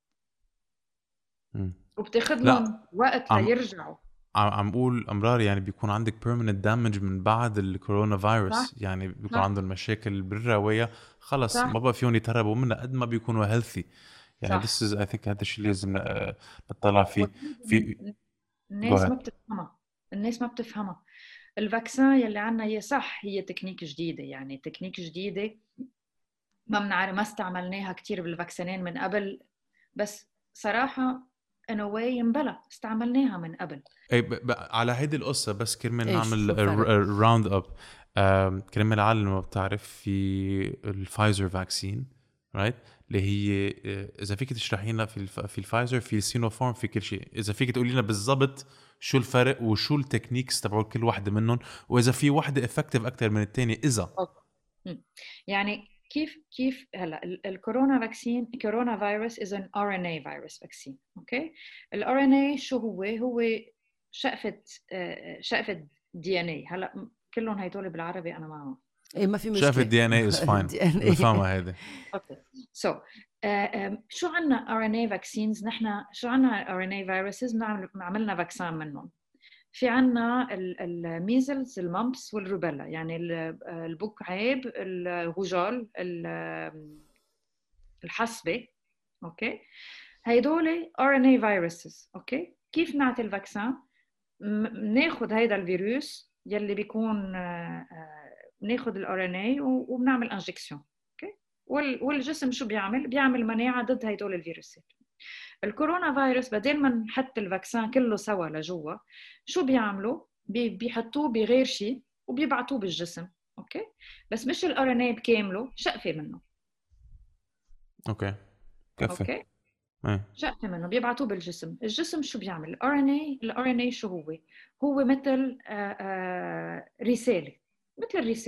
وبتاخد لا لهم وقت ليرجعوا. عم اقول امرار، يعني بيكون عندك permanent damage من بعد الكورونا فيروس، يعني بيكون صح. عندهم مشاكل بالرواية، خلص صح. ما بقى فيهم يتهربوا منها قد ما بيكونوا healthy. يعني صح. this is I think هذا الشيء لازم نطلع فيه. في الناس ما بتفهمها، الناس ما بتفهمها. الفاكسين يلي عنا هي صح، هي تكنيك جديدة، يعني تكنيك جديدة ما بنعرف، ما استعملناها كتير بالفاكسينين من قبل، بس صراحة in a way مبلا استعملناها من قبل. اي على هيدي القصة بس كرمال نعمل الفرق؟ راوند اب. كرمال العالم ما بتعرف، في الفايزر فاكسين رايت اللي هي اذا فيك تشرحي لنا في الفايزر، في السينوفارم، في كل شيء، اذا فيك تقولي لنا بالضبط شو الفرق وشو التكنيكس تبعوا كل واحدة منهم، واذا في واحدة افكتيف اكثر من الثانية اذا يعني كيف هلا الكورونا فاكسين، كورونا فيروس is an RNA virus vaccine. اوكي، الار ان اي شو هو شقفة دي ان اي. هلا كلهم هيدول بالعربي انا معهم، ايه ما في مشكله. شاف الدي ان اي از فاين بفهمها هيدي. اوكي سو شو عندنا ار ان اي فاكسينز؟ نحن شو عندنا ار ان اي فيروسز عملنا فاكسين منهم. في عنا الميزلز، المامبس والروبيلا، يعني البكعيب، الغجال، الحصبة. اوكي، هيدول RNA viruses. اوكي، كيف نعطي الفاكسين؟ بناخذ هيدا الفيروس يلي بيكون بناخذ الRNA وبنعمل انجكسيون. اوكي، والجسم شو بيعمل مناعة ضد هيدول الفيروسات. الكورونا فيروس بدل ما نحط الفاكسين كله سوا لجوا، شو بيعملوا؟ بيحطوه بغير شيء وبيبعتوه بالجسم. اوكي، بس مش الار ان اي بكامله، شقفه منه. اوكي كفي. اوكي شقفه منه بيبعتوه بالجسم. الجسم شو بيعمل؟ الار ان اي شو هو مثل رساله، مثل الرساله.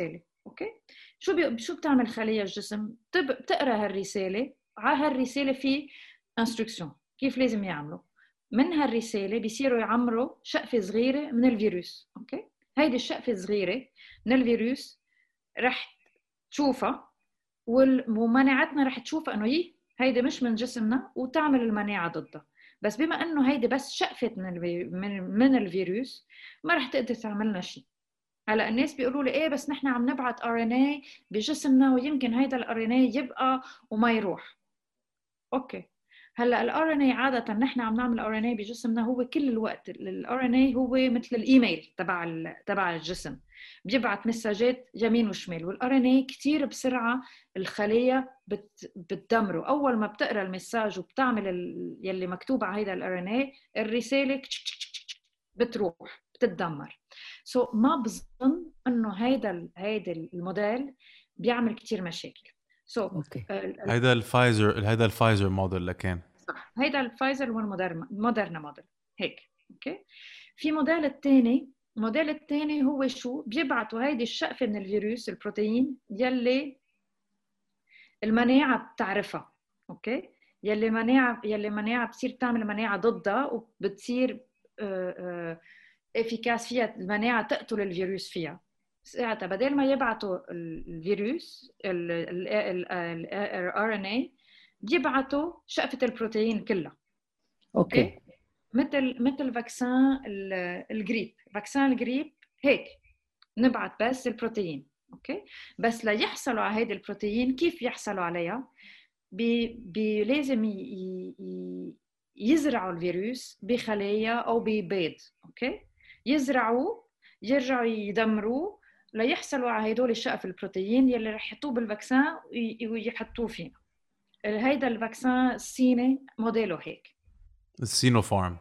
اوكي. شو بتعمل خلية الجسم؟ بتقرا هالرسالة، على هالرسالة في انستركشن كيف لازم يعملوا. من هالرسالة بيصيروا يعمروا شقفة صغيرة من الفيروس. اوكي، هيدي الشقفة الصغيرة من الفيروس رح تشوفها، ومناعتنا رح تشوفها انه هيدي مش من جسمنا وتعمل المناعة ضدها. بس بما انه هيدي بس شقفة من الفيروس، ما رح تقدر تعمل لنا شيء. هلا الناس بيقولوا لي ايه بس نحن عم نبعت RNA بجسمنا ويمكن هيدا الRNA يبقى وما يروح. اوكي، هلا الRNA عادة نحن عم نعمل RNA بجسمنا هو كل الوقت. الRNA هو مثل الايميل تبع الجسم، بيبعت مساجات يمين وشمال. والRNA كتير بسرعة الخلية بتدمره. أول ما بتقرأ المساج وبتعمل يلي مكتوب على هيدا الRNA، الرسالة بتروح بتتدمر. ما بظن انه هيدا الموديل بيعمل كتير مشاكل. اوكي. هيدا الفايزر موديل لكان صح، هيدا الفايزر والمودرنا موديل هيك. اوكي. في الموديل الثاني هو شو؟ بيبعتوا هيدي الشقفة من الفيروس، البروتين يلي المناعة بتعرفها. اوكي، يلي المناعة بتصير تعمل مناعة ضدها، وبتصير افيكاس فيها المناعة تقتل الفيروس فيها. ساعتها بدل ما يبعتوا الفيروس ال RNA، بيبعتوا شقفة البروتين كلها. اوكي. مثل فاكسان الجريب. فاكسان الجريب هيك نبعت بس البروتين. اوكي، بس ليحصلوا على هيدي البروتين كيف يحصلوا عليها؟ لازم يزرعوا الفيروس بخلايا او ببيض. اوكي، يزرعوه يرجعوا يدمروه ليحصلوا على هدول الشقف البروتين يلي رح يحطوه بالفاكسان ويحطوه فينا. هيدا الفاكسان الصيني موديله هيك. السينوفارم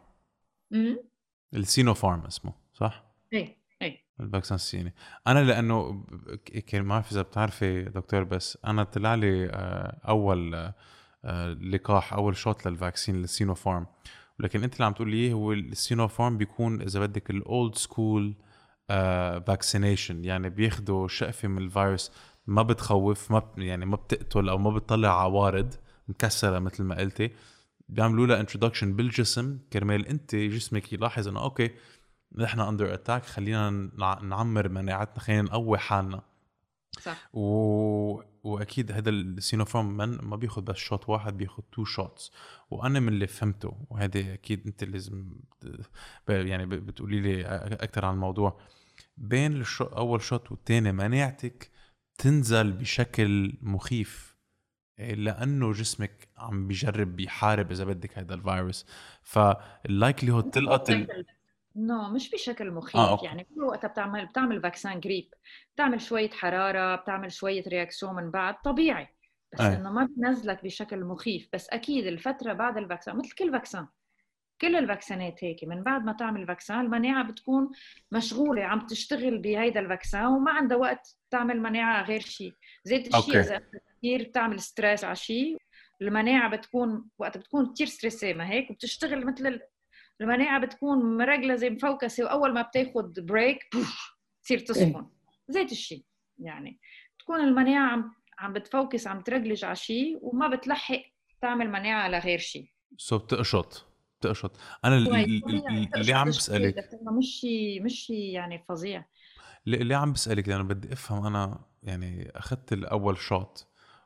اسمه صح؟ ايه الفاكسين الصيني. انا لانه كان ما بعرف اذا بتعرفي دكتور، بس انا طلع لي اول لقاح، اول شوت للفاكسين السينوفارم. ولكن انت اللي عم تقول لي هو السينوفارم بيكون اذا بدك الاولد سكول فاكسينيشن، يعني بياخدوا شقفه من الفيروس ما بتخوف، يعني ما بتقتل او ما بتطلع عوارض مكسره مثل ما قلتي، بيعملوا لها انترودكشن بالجسم كرمال انت جسمك يلاحظ انه اوكي نحن اندر اتاك، خلينا نعمر مناعتنا، خلينا نقوي حالنا. صح. واكيد هذا السينوفارم ما بياخد بس شوت واحد، بياخد 2 شوتس. وانا من اللي فهمته، وهذا اكيد انت لازم يعني بتقولي لي اكثر عن الموضوع، بين اول شوت والثاني مناعتك تنزل بشكل مخيف، لانه جسمك عم بيجرب بيحارب اذا بدك هذا الفيروس. فاللايكلي تلقط مش بشكل مخيف. يعني كل وقت بتعمل فاكسان جريب، بتعمل شوية حرارة، بتعمل شوية رياكسيون من بعد طبيعي، بس انه ما بنزلك بشكل مخيف. بس اكيد الفترة بعد الفاكسان مثل كل فاكسان، كل الفاكسينات هيك، من بعد ما تعمل فاكسان المناعة بتكون مشغولة عم تشتغل بهيدا الفاكسان وما عندها وقت تعمل مناعة غير شيء. زيت الشيء إذا كثير بتعمل ستريس على شيء، المناعة بتكون وقت بتكون كثير ستريسي ما هيك وبتشتغل مثل المناعة بتكون مرجلة زي مفوكسة، وأول ما بتاخد بريك تصير تسخن. زيت الشيء يعني تكون المناعة عم بتفوكس، عم ترجلج على شيء وما بتلحق تعمل مناعة على غير شيء. بتقشط. انا اللي عم بسالك مش يعني فظيع. اللي عم بسالك لانه بدي افهم. انا يعني اخذت الاول شوت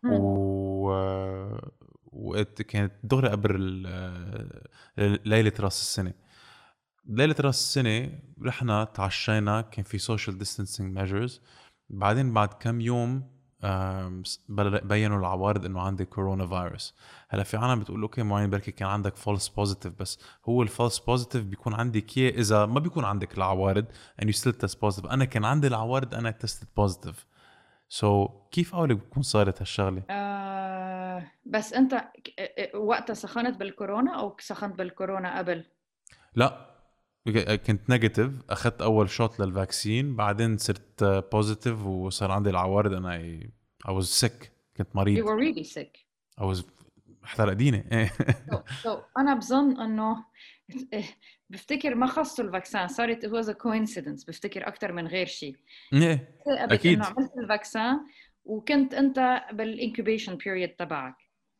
وكانت دغري قبل ليله راس السنه. ليله راس السنه رحنا تعشينا، كان في سوشيال ديستانسينج ميجرز. بعدين بعد كم يوم بينوا العوارض انه عندي كورونا فيروس. هلا في عالم بتقول اوكي معين بركي كان عندك فولس بوزيتيف، بس هو الفولس بوزيتيف بيكون عندك اياه اذا ما بيكون عندك العوارض and you still test positive. انا كان عندي العوارض، انا تستد بوزيتيف. كيف اولك بتكون صارت هالشغله؟ بس انت وقتها سخنت بالكورونا او سخنت بالكورونا قبل؟ لا، كنت نيجاتيف، اخذت اول شوت للفاكسين، بعدين صرت بوزيتيف وصار عندي العوارض. انا I was sick، كنت مريض. You were really sick. I was احترق ديني. أنا بظن أنه بفتكر ما خصوا الفاكسان، صارت it was a coincidence، بفتكر أكتر من غير شيء. ايه قبل اكيد. إنه عملت الفاكسان وكنت أنت بالإنكوبيشن بيريود تبعك.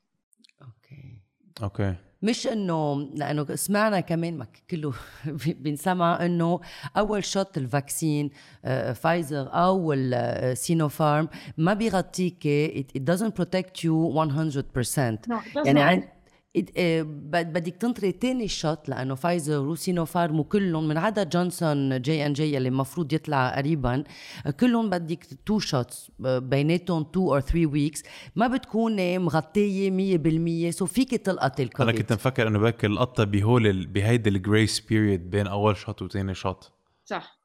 اوكي مش انه لانه سمعنا كمان ما كله بنسمع انه اول شوت الفاكسين فايزر او السينوفارم ما بيغطيك it doesn't protect you 100%. No, it does يعني not. بدك تنطري تاني شوت لانه فايزر وسينوفارم وكلهم من عدا جونسون جي ان جي اللي المفروض يطلع قريبا كلهم بدك 2 شوتس بيناتهم 2 or 3 weeks ما بتكون مغطيه 100%. سو فيك تلقط الكوفيد. انا كنت مفكر انه بك اللقطه بهيدي الجريس بيريد بين اول شوت وثاني شوت. صح.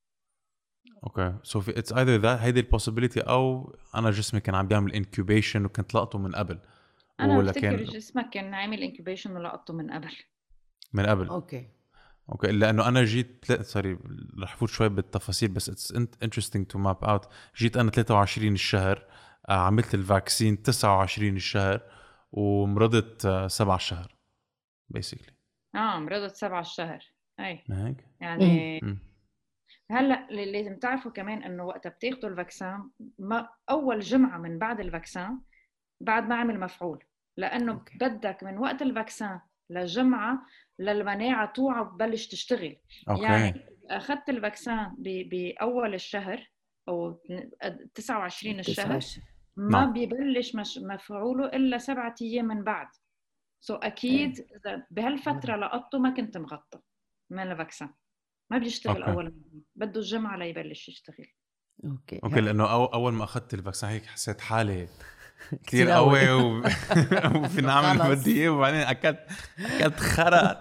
اوكي سو في اتس ايذر ذات هيدي البوسيبيليتي او انا جسمي كان عم بيعمل انكوبيشن وكنت لقطه من قبل. انا بفتكر جسمك كان عامل انكوبيشن ولقطه من قبل. اوكي لانه انا جيت سوري رح فوت شوي بالتفاصيل بس اتس انترستينج تو ماب اوت. جيت انا 23 الشهر عملت الفاكسين 29 الشهر ومرضت 7 الشهر بيسيكلي. مرضت 7 الشهر. اي هيك يعني هلا لازم تعرفوا كمان انه وقتها بتاخذوا الفاكسان ما اول جمعه من بعد الفاكسان بعد ما عمل مفعول، لانه بدك من وقت الفاكسان لجمعه للمناعه توعى ببلش تشتغل. يعني اخذت الفاكسان باول الشهر او 29 الشهر ما بيبلش مفعوله الا 7 ايام من بعد. اكيد اذا بهالفتره لقطته ما كنت مغطى من الفاكسان، ما بيشتغل اول بده الجمعه ليبلش يشتغل. اوكي لانه اول ما اخذت الفاكسين هيك حسيت حالي كتير قوي وفي نعمل بدي ايه وبعدين اكلت خرا.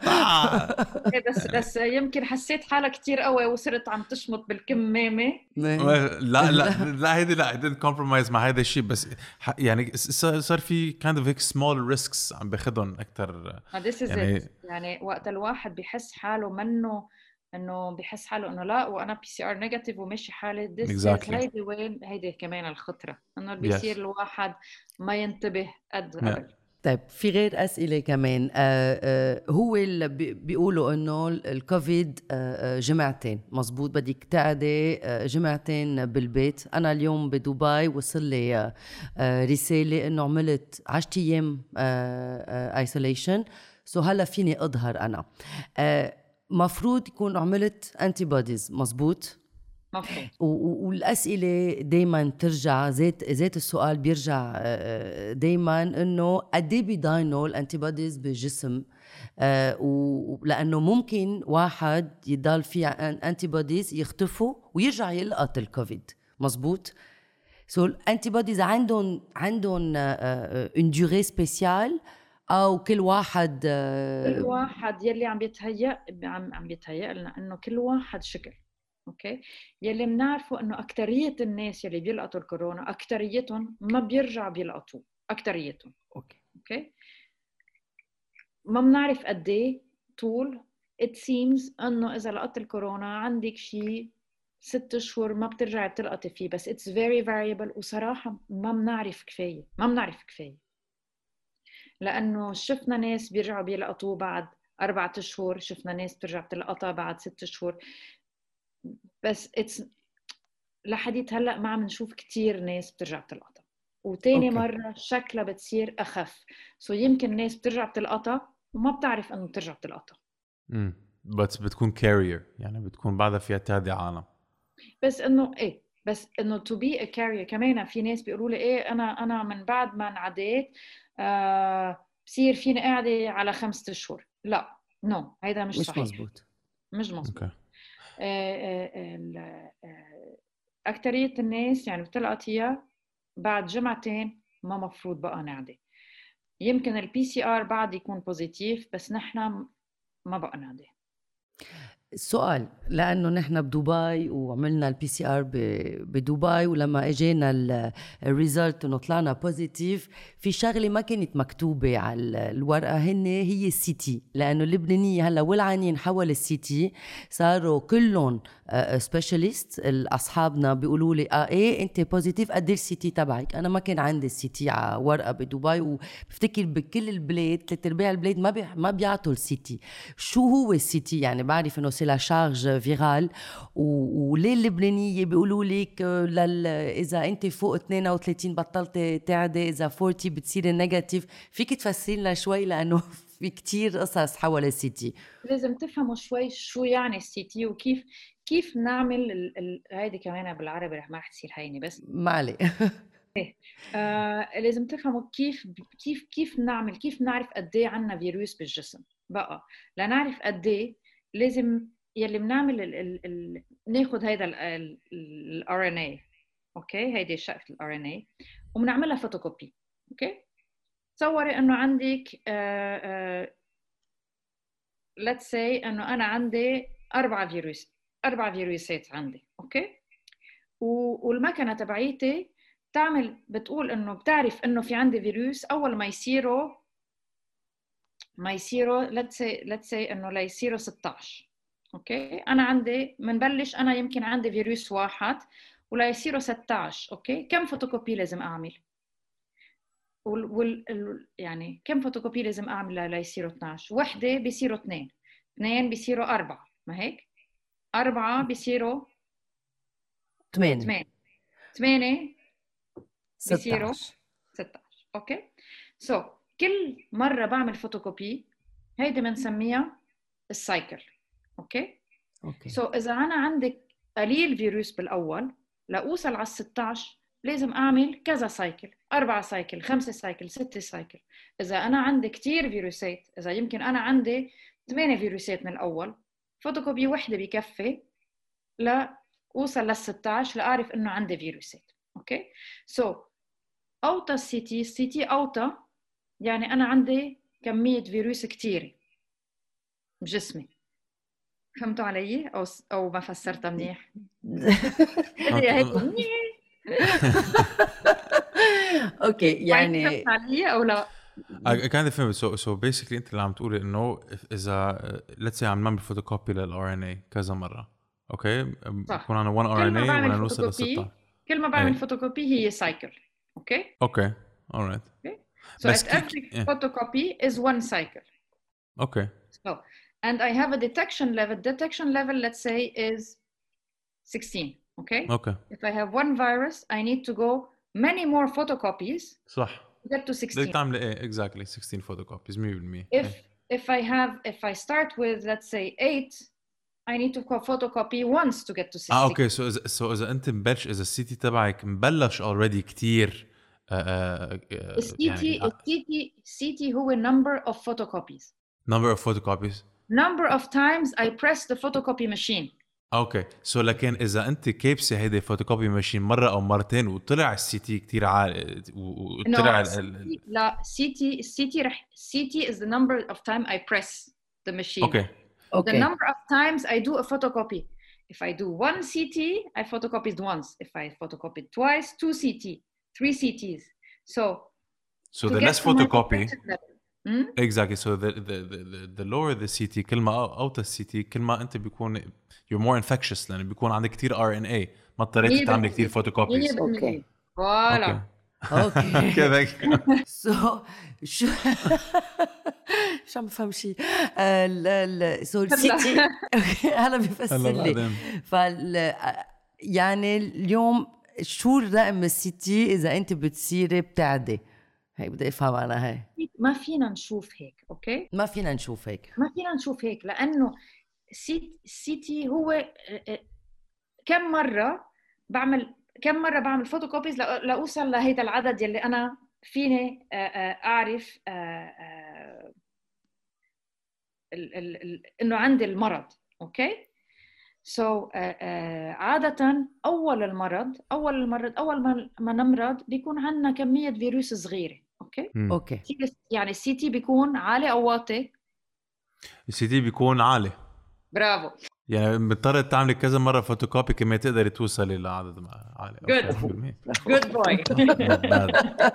بس يمكن حسيت حالة كتير قوي وصرت عم تشمط بالكمامة. لا هيدي لا didn't compromise مع هذا الشيء بس يعني صار في kind of small risks عم باخدهم اكثر. يعني وقت الواحد بيحس حاله منه انه بيحس حاله انه لا وانا PCR نيجاتيف وماشي حالي هيدي وين هيدي كمان الخطره انه بيصير الواحد ما ينتبه قد قبل. طيب في غير أسئلة كمان. هو اللي بيقولوا إنه الكوفيد جمعتين مزبوط بدك تقعدي جمعتين بالبيت. أنا اليوم بدبي وصل لي رسالة إنه عملت 10 أيام isolation هلا فيني أظهر أنا مفروض يكون عملت antibodies مزبوط. والأسئلة دايما ترجع ذات السؤال بيرجع دايما إنه قدي بيضاينوا الانتيبوديز بالجسم لأنه ممكن واحد يضل فيه انتيبوديز يختفوا ويرجع يلقط الكوفيد مزبوط. الانتيبوديز عندهم une durée spéciale أو كل واحد يلي عم بيتهيأ لنا إنه كل واحد شكل. اوكي يلي بنعرفه انه اكتريه الناس يلي بيلقطوا الكورونا اكتريتهم ما بيرجع بيلقطوه اكتريتهم. اوكي ما بنعرف قد ايه طول. it seems انه اذا لقطت الكورونا عندك شيء 6 شهور ما بترجع تلقطي فيه بس it's very variable. وصراحه ما بنعرف كفايه لانه شفنا ناس بيرجعوا بيلقطوه بعد 4 شهور، شفنا ناس بترجع تلقطها بعد 6 شهور بس لحديت هلأ ما عم نشوف كتير ناس بترجع تلقطها وتاني مرة شكلها بتصير أخف. يمكن ناس بترجع تلقطها وما بتعرف أنه بترجع تلقطها بس بتكون كارير يعني بتكون بعدها فيها تهدي عالم. بس إنه to be a carrier كمان في ناس بيقولوا لي أنا من بعد ما انعديت بصير فيني قاعدة على 5 شهور. لا هيدا مش صحيح. مش مزبوط. أكترية الناس يعني بتلقطيها بعد جمعتين ما مفروض بقى نعدي. يمكن الPCR بعد يكون بوزيتيف بس نحن ما بقى نعدي. السؤال لانه نحن بدبي وعملنا البي سي ار بدبي، ولما اجينا الريزلت انه طلعنا بوزيتيف، في شغله ما كانت مكتوبه على الورقه هي السي تي، لانه اللبنانيه هلا والعانين حول السي تي صاروا كلهم سبيشاليست. اصحابنا بيقولوا لي ايه انت بوزيتيف، قد السي تي تبعك؟ انا ما كان عندي السي تي على ورقه بدبي، وبفتكر بكل البلاد 3/4 البلاد ما بيعطوا السي تي. شو هو السي تي؟ يعني بعرف انه سي لا شارج فيرال، وليه اللبنانيه بيقولوا لك اذا انت فوق 32 بطلت تعدي، اذا 40 بتصير نيجاتيف؟ فيك تفسري لنا شوي لانه في كتير قصص حول السي تي. لازم تفهموا شوي شو يعني السي تي، وكيف نعمل هيدي كمان بالعربي رح ما رح تصير هينه بس ما عليه. لازم تفهموا كيف نعرف قد ايه عندنا فيروس بالجسم. بقى لنعرف قد ايه لازم يلي بنعمل ناخذ هيدا الار ان اي، اوكي، هيدي شقفه الار ان اي، وبنعملها فوتوكوبي. اوكي، تصوري انه عندك let's say انه انا عندي 4 فيروسات عندي، اوكي، والمكنه تبعيتي بتقول انه بتعرف انه في عندي فيروس اول ما يصيروا let's say انه ليصيروا 16. اوكي، انا عندي منبلش، انا يمكن عندي فيروس واحد ولا يصيروا 16. اوكي، كم فوتوكوبي لازم اعمل؟ يعني كم فوتوكوبي لازم اعمل ليصيروا 12؟ وحده بيصيروا 2، 2 بيصيروا 4، ما هيك؟ 4 بيصيروا 8 8 بيصيروا 16. 16. اوكي، كل مره بعمل فوتوكوبي هيدي بنسميها السايكل. اوكي، اذا انا عندي قليل فيروس بالاول لاوصل على 16 لازم اعمل كذا سايكل، 4 سايكل، 5 سايكل، 6 سايكل. اذا انا عندي كتير فيروسات، اذا يمكن انا عندي 8 فيروسات من الاول، فوتوكوبي وحده بكفي لاوصل لل 16 لاعرف انه عندي فيروسات. اوكي، اوطى السي تي اوطى، يعني انا عندي كميه فيروس كتيره بجسمي. فهمتوا علي او ما فسرتها منيح؟ اوكي يعني علي او لا؟ كان فهمت. سو بيسكلي انت اللي عم تقولي انه اذا ليتس عم نعمل فوتوكوبي للار ان اي كذا مره، اوكي، بكون عندنا 1 ار ان اي ولا نوصل ل 16. كل ما بعمل فوتوكوبي هي سايكل. اوكي alright. So at every photocopy is one cycle. Okay. And I have a detection level. Detection level, let's say, is 16. Okay. If I have one virus, I need to go many more photocopies. صح. To get to 16. بدك تعمل ايه exactly 16 photocopies 100%. If I start with, let's say, 8, I need to photocopy once to get to 16. اوكي، سو اذا انت مبلش، اذا السي تي تبعك مبلش already كتير السي تي هو number of photocopies. Number of times I press the photocopy machine. اوكي، سو لكن اذا انت كابسه هيدي فوتوكوبي ماشين مره او مرتين وطلع السي تي كثير عالي وطلع لا، السي تي is the number of time I press the machine. Okay. The number of times I do a photocopy. If I do 1 CT, I photocopied once. If I photocopied twice, 2 CT, 3 CTs. So the less photocopy. Exactly. So the lower the CT, كل ما اوطى الCT كل ما انت بيكون you're more infectious، لأن بيكون عندك كتير RNA، ما اضطريت تعمل كتير photocopies. اوكي فوالا اوكي كذا. شو عم بفهم شيء. سو السيتي هلا بيفسر لي. يعني اليوم شو الرقم السيتي اذا انت بتصيري بتعدي؟ هيك بدي افهم انا. هاي ما فينا نشوف هيك. اوكي، ما فينا نشوف هيك لانه السيتي هو كم مره بعمل فوتوكوبيز لاوصل لهيدا العدد يلي انا فيني اعرف انه عندي المرض. اوكي، عادة أول ما نمرض بيكون عندنا كمية فيروس صغيرة. اوكي يعني السي تي بيكون عالي او واطي؟ السي تي بيكون عالي. برافو. يعني مضطر تعملي كذا مره فوتوكوبي كما تقدري توصلي لعدد عالي. Good. Good boy. Not bad.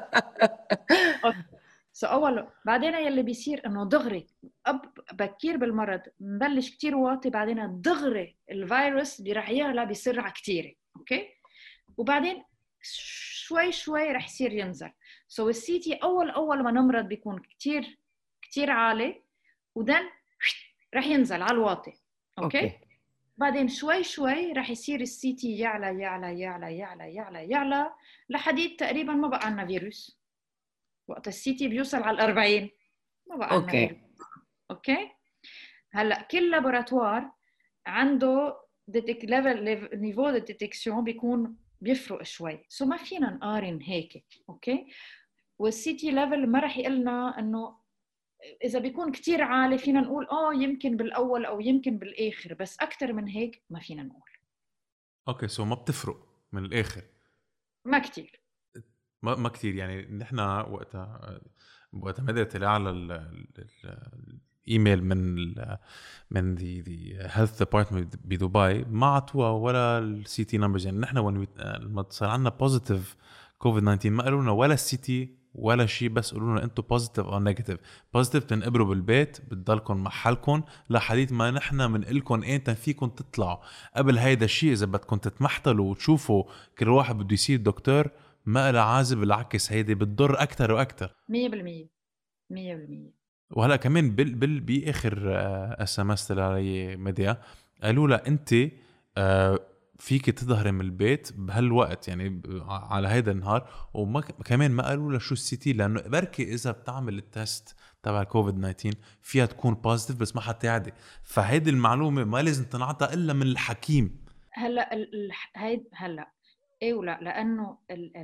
أول بعدين يلي بيصير إنه دغري بكير بالمرض مبلش كتير واطي، بعدين دغري الفيروس رح يعلى بسرعة كتيرة. أوكي، وبعدين شوي شوي رح يصير ينزل. السيتي أول ما نمرض بيكون كتير كتير عالي، ودن رح ينزل على الواطي. أوكي. بعدين شوي شوي رح يصير السيتي يعلى يعلى يعلى يعلى يعلى يعلى لحديد تقريبا ما بقى عنا فيروس. وقت السيتي بيوصل على 40 ما بقى عنا فيروس. اوكي، هلا كل لابوراتوار عنده ليفل نيفو دي ديتكسيون بيكون بيفرق شوي، سو ما فينا نقارن هيك. اوكي، والسيتي ليفل ما رح يقلنا انه اذا بيكون كتير عالي فينا نقول يمكن بالاول او يمكن بالاخر، بس اكثر من هيك ما فينا نقول. اوكي، سو ما بتفرق من الاخر، ما كتير ما كتير. يعني نحن وقتها مدرت على الايميل من دي هيلث ديبارتمنت بدبي، ما عطوها ولا السي تي نمبرز. يعني نحن لما صار عندنا بوزيتيف كوفيد 19 ما قالوا لنا ولا السي تي ولا شيء، بس قالوا لنا انتم بوزيتيف او نيجاتيف. بوزيتيف تنقبروا بالبيت، بتضلكم محلكم لحديت ما نحن بنقلكم ايمتى فيكم تطلعوا. قبل هيدا الشيء اذا بدكم تتمحتلوا وتشوفوا كل واحد بده يصير دكتور، ما لها عازب، بالعكس هيدي بتضر اكثر واكثر. 100%. وهلا كمان باخر اس ام اس علي ميديا قالوا لها انت فيك تظهري من البيت بهالوقت، يعني على هيدا النهار. وما كمان ما قالوا لها شو السيتي، لانه بركي اذا بتعمل التست تبع الكوفيد 19 فيها تكون بوزيتيف بس ما حتعدي. فهيدي المعلومه ما لازم تنعطى الا من الحكيم. هلا هلا ايه ولا، لانه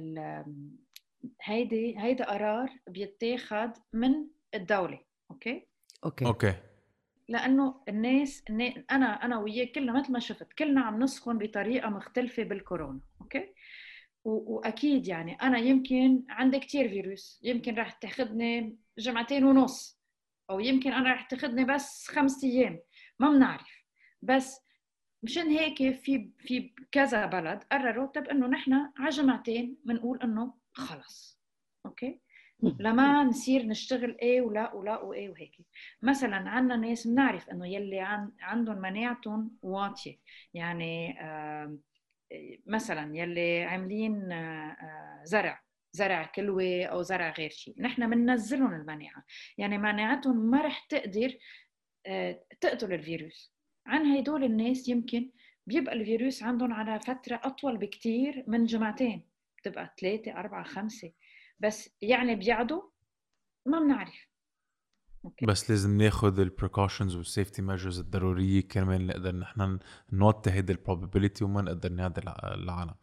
هيدا قرار بيتاخد من الدوله. اوكي، لانه الناس انا وياك كلنا مثل ما شفت كلنا عم نسخن بطريقه مختلفه بالكورونا. اوكي، واكيد يعني انا يمكن عندي كتير فيروس، يمكن راح تاخذني 2.5 جمعة، او يمكن انا راح تاخذني بس 5 أيام، ما بنعرف. بس مشان هيك في كذا بلد قرروا طب انه نحن على 2 جمعة بنقول انه خلص. اوكي، لما نصير نشتغل ايه ولا وايه وهيك. مثلا عندنا ناس بنعرف انه يلي عندهم مناعتهم واطيه، يعني مثلا يلي عاملين زرع كلوه او زرع غير شيء، نحن بننزلهم المناعه، يعني مناعتهم ما رح تقدر تقتل الفيروس. عن هيدول الناس يمكن بيبقى الفيروس عندهم على فتره اطول بكتير من 2 جمعة، بتبقى 3 4 5، بس يعني بيعدوا ما بنعرف. بس لازم ناخد البريكوشنز والسيفتي ميجرز الضروريه كمان نقدر نحن نوطي هيدي البروبابيليتي وما نقدر نعدي العالم.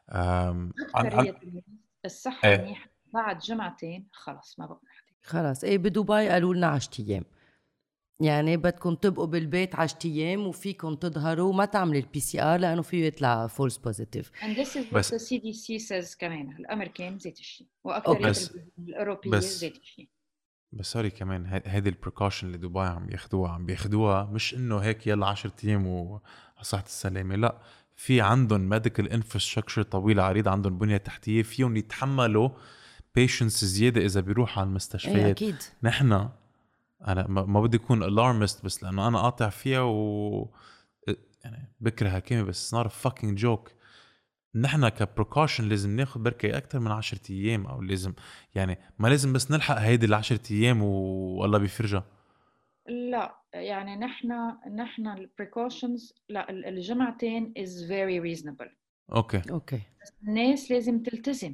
الصحه منيحه بعد 2 جمعة خلص ما بقى نحكي. خلص ايه، بدبي قالوا لنا 10 أيام، يعني بدكم تبقوا بالبيت 10 أيام وفيكم تظهروا ما تعملوا البي سي ار لانه فيه يطلع فولس بوزيتيف. and this is what the CDC says كمان. الامريكان زيت الشيء واكثريه الاوروبيه زيت الشيء. بس سوري كمان هذه البريكوشن اللي دبي عم بياخدوها مش انه هيك يلا 10 ايام وصحة السلامه، لا، في عندهم ميديكال انفراستراكشر طويله عريضه، عندهم بنيه تحتيه فيهم يتحملوا بيشنس زياده اذا بيروحوا على المستشفيات. أيه أكيد. نحن انا ما بدي اكون الارمست، بس لانه انا قاطع فيها يعني بكره هالكلمه، بس صار فاكينج جوك. نحن كبريكوشن لازم ناخد بركة أكتر من 10 أيام، أو لازم يعني ما لازم بس نلحق هيدي 10 أيام والله بيفرجها. لا يعني نحن البريكوشنز لا 2 جمعة is very reasonable. أوكي. الناس لازم تلتزم.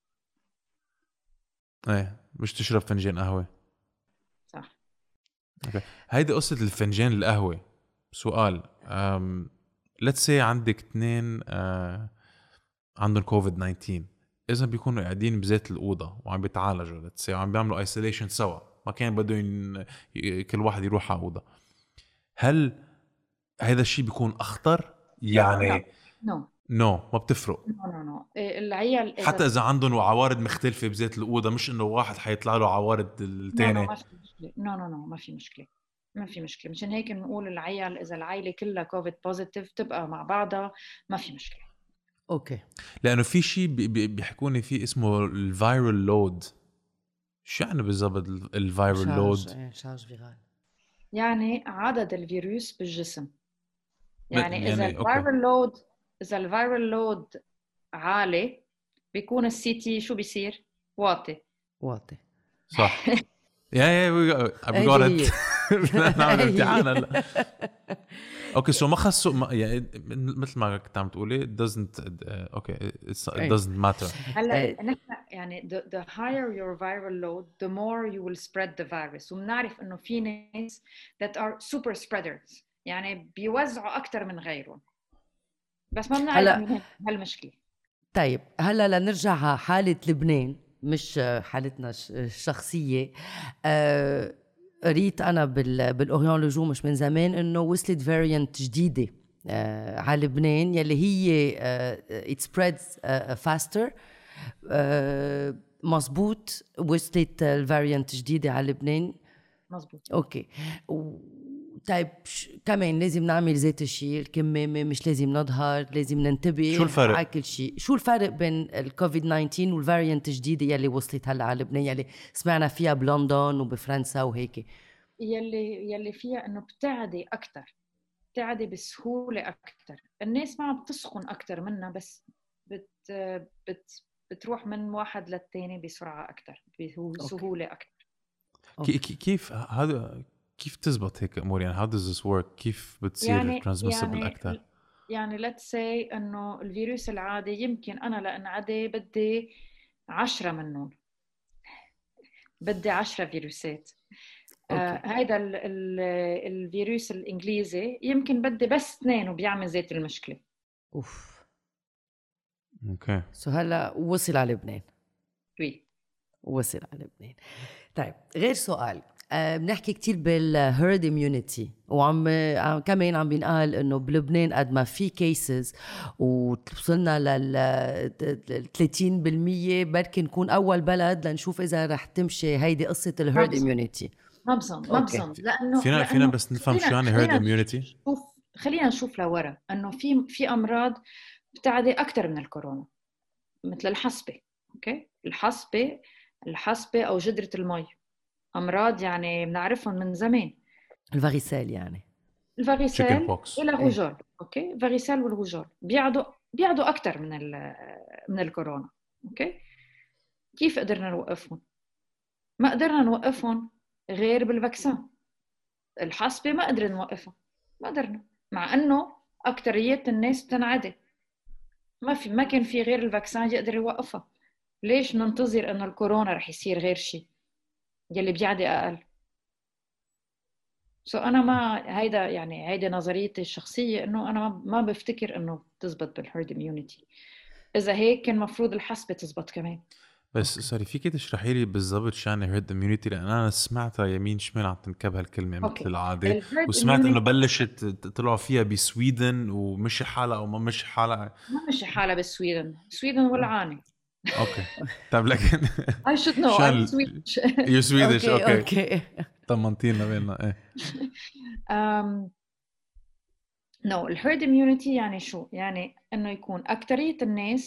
إيه، مش تشرب فنجان قهوة. صح. أوكي، هيدي قصة الفنجان القهوة. سؤال، let's say عندك 2 عندهم كوفيد 19، إذا بيكونوا قاعدين بذات الأوضة وعم بيتعالجوا let's say وعم بيعملوا isolation سوا، ما كان بدهم كل واحد يروح على أوضة، هل هذا الشيء بيكون أخطر؟ يعني نو ما بتفرق. نو العيال حتى إذا عندهم عوارض مختلفة بذات الأوضة، مش إنه واحد حيطلع له عوارض الثاني. نو ما في مشكلة. ما في مشكله. مشان هيك بنقول العيال اذا العائله كلها كوفيد بوزيتيف تبقى مع بعضها ما في مشكله. اوكي. لانه في شيء بيحكوني فيه اسمه الفيرال لود. شو يعني بالضبط الفيرال لود؟ شارج فيرال يعني عدد الفيروس بالجسم. يعني اذا أوكي. الفيرال لود عالي بيكون السي تي شو بيصير؟ واطي. صح. يا هيدي بقعد هي. نعمل امتحان هلا. اوكي سو ما خصو يعني مثل ما كنت عم تقولي it doesn't اوكي it doesn't matter. هلا نحن يعني the higher your viral load the more you will spread the virus. وبنعرف انه في ناس that are super spreaders يعني بيوزعوا اكثر من غيرهم، بس ما بنعرف مين هالمشكله. طيب هلا لنرجع على حاله لبنان مش حالتنا الشخصيه. قريت انا بالاوريون لوجو مش من زمان انه وصلت فاريانت جديده على لبنان يلي هي it spreads faster. مزبوط، وصلت الفاريانت جديده على لبنان. مزبوط. اوكي. طيب كمان لازم نعمل ذات الشيء الكمامة، مش لازم نظهر، لازم ننتبه. شو الفرق؟ على كل شيء. شو الفرق بين الكوفيد 19 والفاريانت الجديدة يلي وصلت هلا على لبنان يلي سمعنا فيها بلندن وبفرنسا وهيك؟ يلي فيها انه بتعدي اكثر، بتعدي بسهولة اكثر. الناس ما عم بتسخن اكثر منها، بس بتروح من واحد للتاني بسرعة اكثر، بسهولة اكثر. كيف هذا كيف تزبط هيك امور؟ يعني how does this work؟ كيف بتصير transmissible اكثر؟ يعني let's say انه الفيروس العادي يمكن انا لانعدي بدي 10 منهم، بدي 10 فيروسات. هيدا الفيروس الانجليزي يمكن بدي بس 2 وبيعمل ذات المشكله. اوف. اوكي. سو هلا وصل على لبنان. وصل على لبنان. طيب غير سؤال، بنحكي كتير بالهيرد اميونيتي، كمان عم بينقال انه بلبنان قد ما في كيسز ووصلنا لل 30% بركي نكون اول بلد لنشوف اذا رح تمشي هيدي قصه الهيرد اميونيتي. ما بظن لانه فينا بس نفهم شو يعني هيرد اميونيتي. خلينا نشوف لورا انه في امراض بتعدي اكثر من الكورونا، مثل الحصبه. اوكي، الحصبه او جدرة المي، امراض يعني بنعرفهم من زمان. الفاريسيل يعني الفاريسيل والغجول. اوكي، الفاريسيل والغجول بيعدوا اكثر من الكورونا. اوكي، كيف قدرنا نوقفهم؟ ما قدرنا نوقفهم غير بالفاكسين. الحصبه ما قدرنا نوقفها، ما قدرنا، مع انه اكثريه الناس بتنعدي. ما كان في غير الفاكسين يقدر يوقفها. ليش ننتظر انه الكورونا رح يصير غير شيء يلي بيعدي اقل؟ انا ما هيدا نظريتي الشخصيه، انه انا ما بفتكر انه تزبط بالهيرد اميونيتي. اذا هيك كان مفروض الحصبه تزبط كمان. بس سوري، فيك تشرحي لي بالضبط شو يعني هيرد اميونيتي؟ لان انا سمعتها يمين شمال عم تنكب هالكلمه مثل العاده، وسمعت انه بلشت طلعوا فيها بسويدن ومشي حالها او ما مشي حالها. ما مشي حالها بسويدن ولعانه. اوكي. طيب لكن I should know I'm Swedish. You're Swedish. اوكي. طمنتينا بيننا. ايه نو الهيرد اميونيتي يعني شو؟ يعني انه يكون اكثريه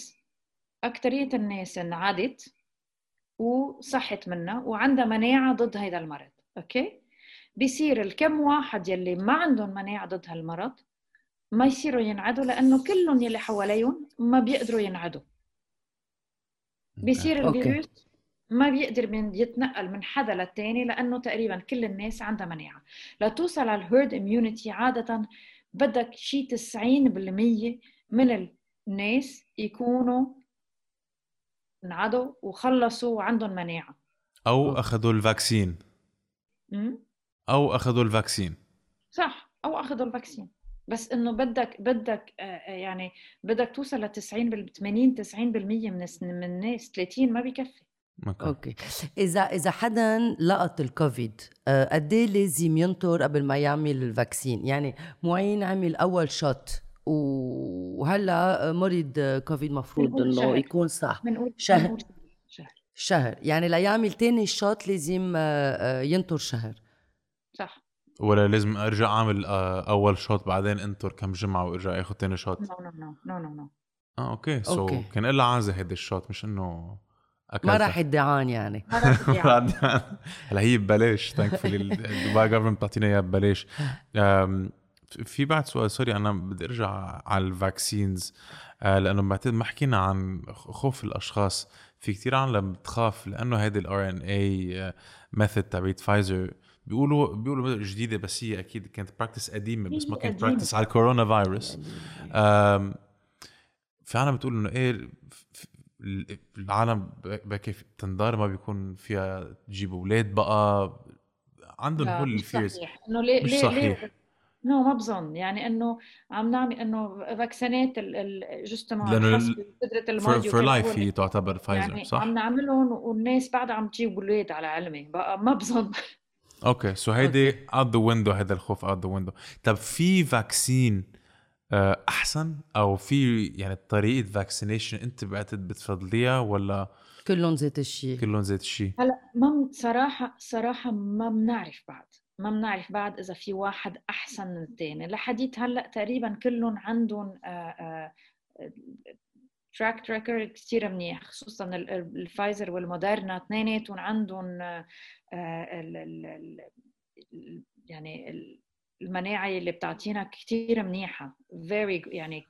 الناس انعدت وصحت منها وعندها مناعه ضد هذا المرض. اوكي، بيصير الكم واحد يلي ما عندهم مناعه ضد هالمرض ما يصيروا ينعدوا، لانه كلهم يلي حواليهم ما بيقدروا ينعدوا. بيصير الفيروس ما بيقدر يتنقل من حدا للتاني، لانه تقريبا كل الناس عندها مناعه. لتوصل على الهيرد اميونيتي عاده بدك شي 90% من الناس يكونوا انعدوا وخلصوا وعندهم مناعة، أو أخذوا الفاكسين. صح، أو أخذوا الفاكسين. بس إنه بدك يعني بدك توصل ل 90% من الناس. 30 ما بيكفي. اوكي. اذا حدا لقط الكوفيد قد ايه لازم ينطر قبل ما يعمل الفاكسين؟ يعني معين عمل اول شوت وهلا مريض كوفيد مفروض انه يكون صح شهر يعني لا يعمل تاني شوت لازم ينطر شهر. صح. ولا لازم ارجع اعمل اول شوت بعدين انطر كم جمعه وارجع اخذ تاني شوت؟ no. اوكي سو أوكي. كان لها عازه هيدا الشوت، مش انه ما اكلتها. راح يدعان يعني. ما راح يعني. هلا هي ببلاش ثانكفولي دبي جفرمنت بتعطينا اياها ببلاش. في بعد سؤال، سوري انا بدي ارجع على الفاكسينز، لانه بعتقد ما حكينا عن خوف الاشخاص. في كتير عالم بتخاف لانه هيدي الار ان اي ميثود تبعت فايزر بيقولوا جديده، بس هي اكيد كانت براكتس قديمه، بس ما هي كانت قديمة. براكتس على الكورونا فيروس. في عالم بتقول انه ايه العالم كيف تنضار ما بيكون فيها تجيب اولاد بقى، عندهم لا هول مش الفيرز. صحيح انه ليه مش ليه صحيح، نو ما بظن يعني انه عم نعمل انه فاكسينات جستما لانه الخصب قدرة الماضي فور وكذا لايف هو هي تعتبر فايزر يعني عم صح؟ نعملهم والناس بعدها عم تجيب اولاد على علمي بقى ما بظن. اوكي سو أوكي. هيدي اوت ذا ويندو، هذا الخوف اوت ذا ويندو. طب في فاكسين احسن، او في يعني طريقه فاكسينيشن انت بعتقد بتفضليها، ولا كلهم زيت الشيء. كلهم زيت الشيء؟ هلا صراحة ما بنعرف بعد إذا في واحد أحسن من الثاني لحديت هلا. تقريبا كلهم عندهم تراك ريكورد كثير منيح، خصوصا الفايزر والموديرنا اثنيناتهم عندهم يعني المناعة اللي بتعطينا كثير منيحة very يعني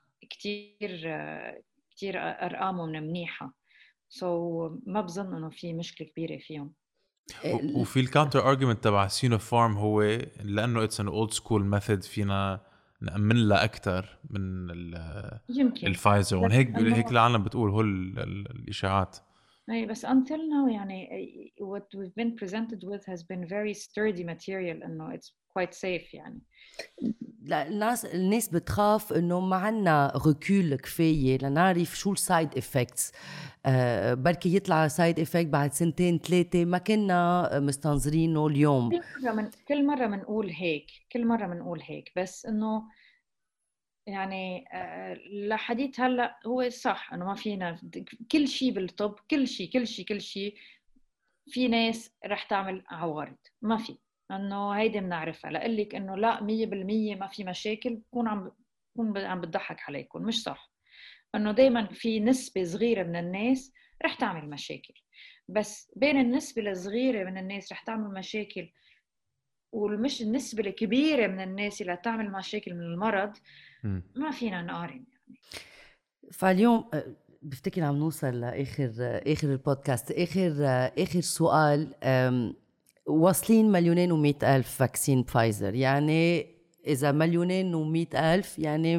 كثير أرقامهم منيحة. ما بظن إنه في مشكلة كبيرة فيهم. وفي الكاونتر ارجيومنت تبع سينوفارم هو لانه اتس ان اولد سكول ميثود، فينا نأمن لها اكثر من يمكن الفايزر، بس وهيك هيك إنه العالم بتقول هول الاشاعات. أي بس until now يعني what we've been presented with has been very sturdy material إنه it's quite safe يعني. لا الناس بتخاف انه ما عنا ركول كفايه لنعرف شو السايد افكتس. بركي يطلع سايد افكت بعد سنتين ثلاثه ما كنا مستنظرينه اليوم. كل مرة بنقول هيك بس إنه يعني لحديت هلا هو صح إنه ما فينا كل شيء بالطب، كل شيء في ناس رح تعمل عوارض، ما في انه هيدي بنعرفها. لقلك انه لا 100% ما في مشاكل بكون عم بتضحك عليكم، مش صح. انه دائما في نسبة صغيرة من الناس رح تعمل مشاكل، بس بين النسبة الصغيرة من الناس رح تعمل مشاكل والمش النسبة الكبيرة من الناس اللي تعمل مشاكل من المرض ما فينا نقارن يعني. فاليوم بفتكر عم نوصل لاخر البودكاست. اخر سؤال. واصلين 2,100,000 فاكسين فايزر، يعني اذا 2,100,000 يعني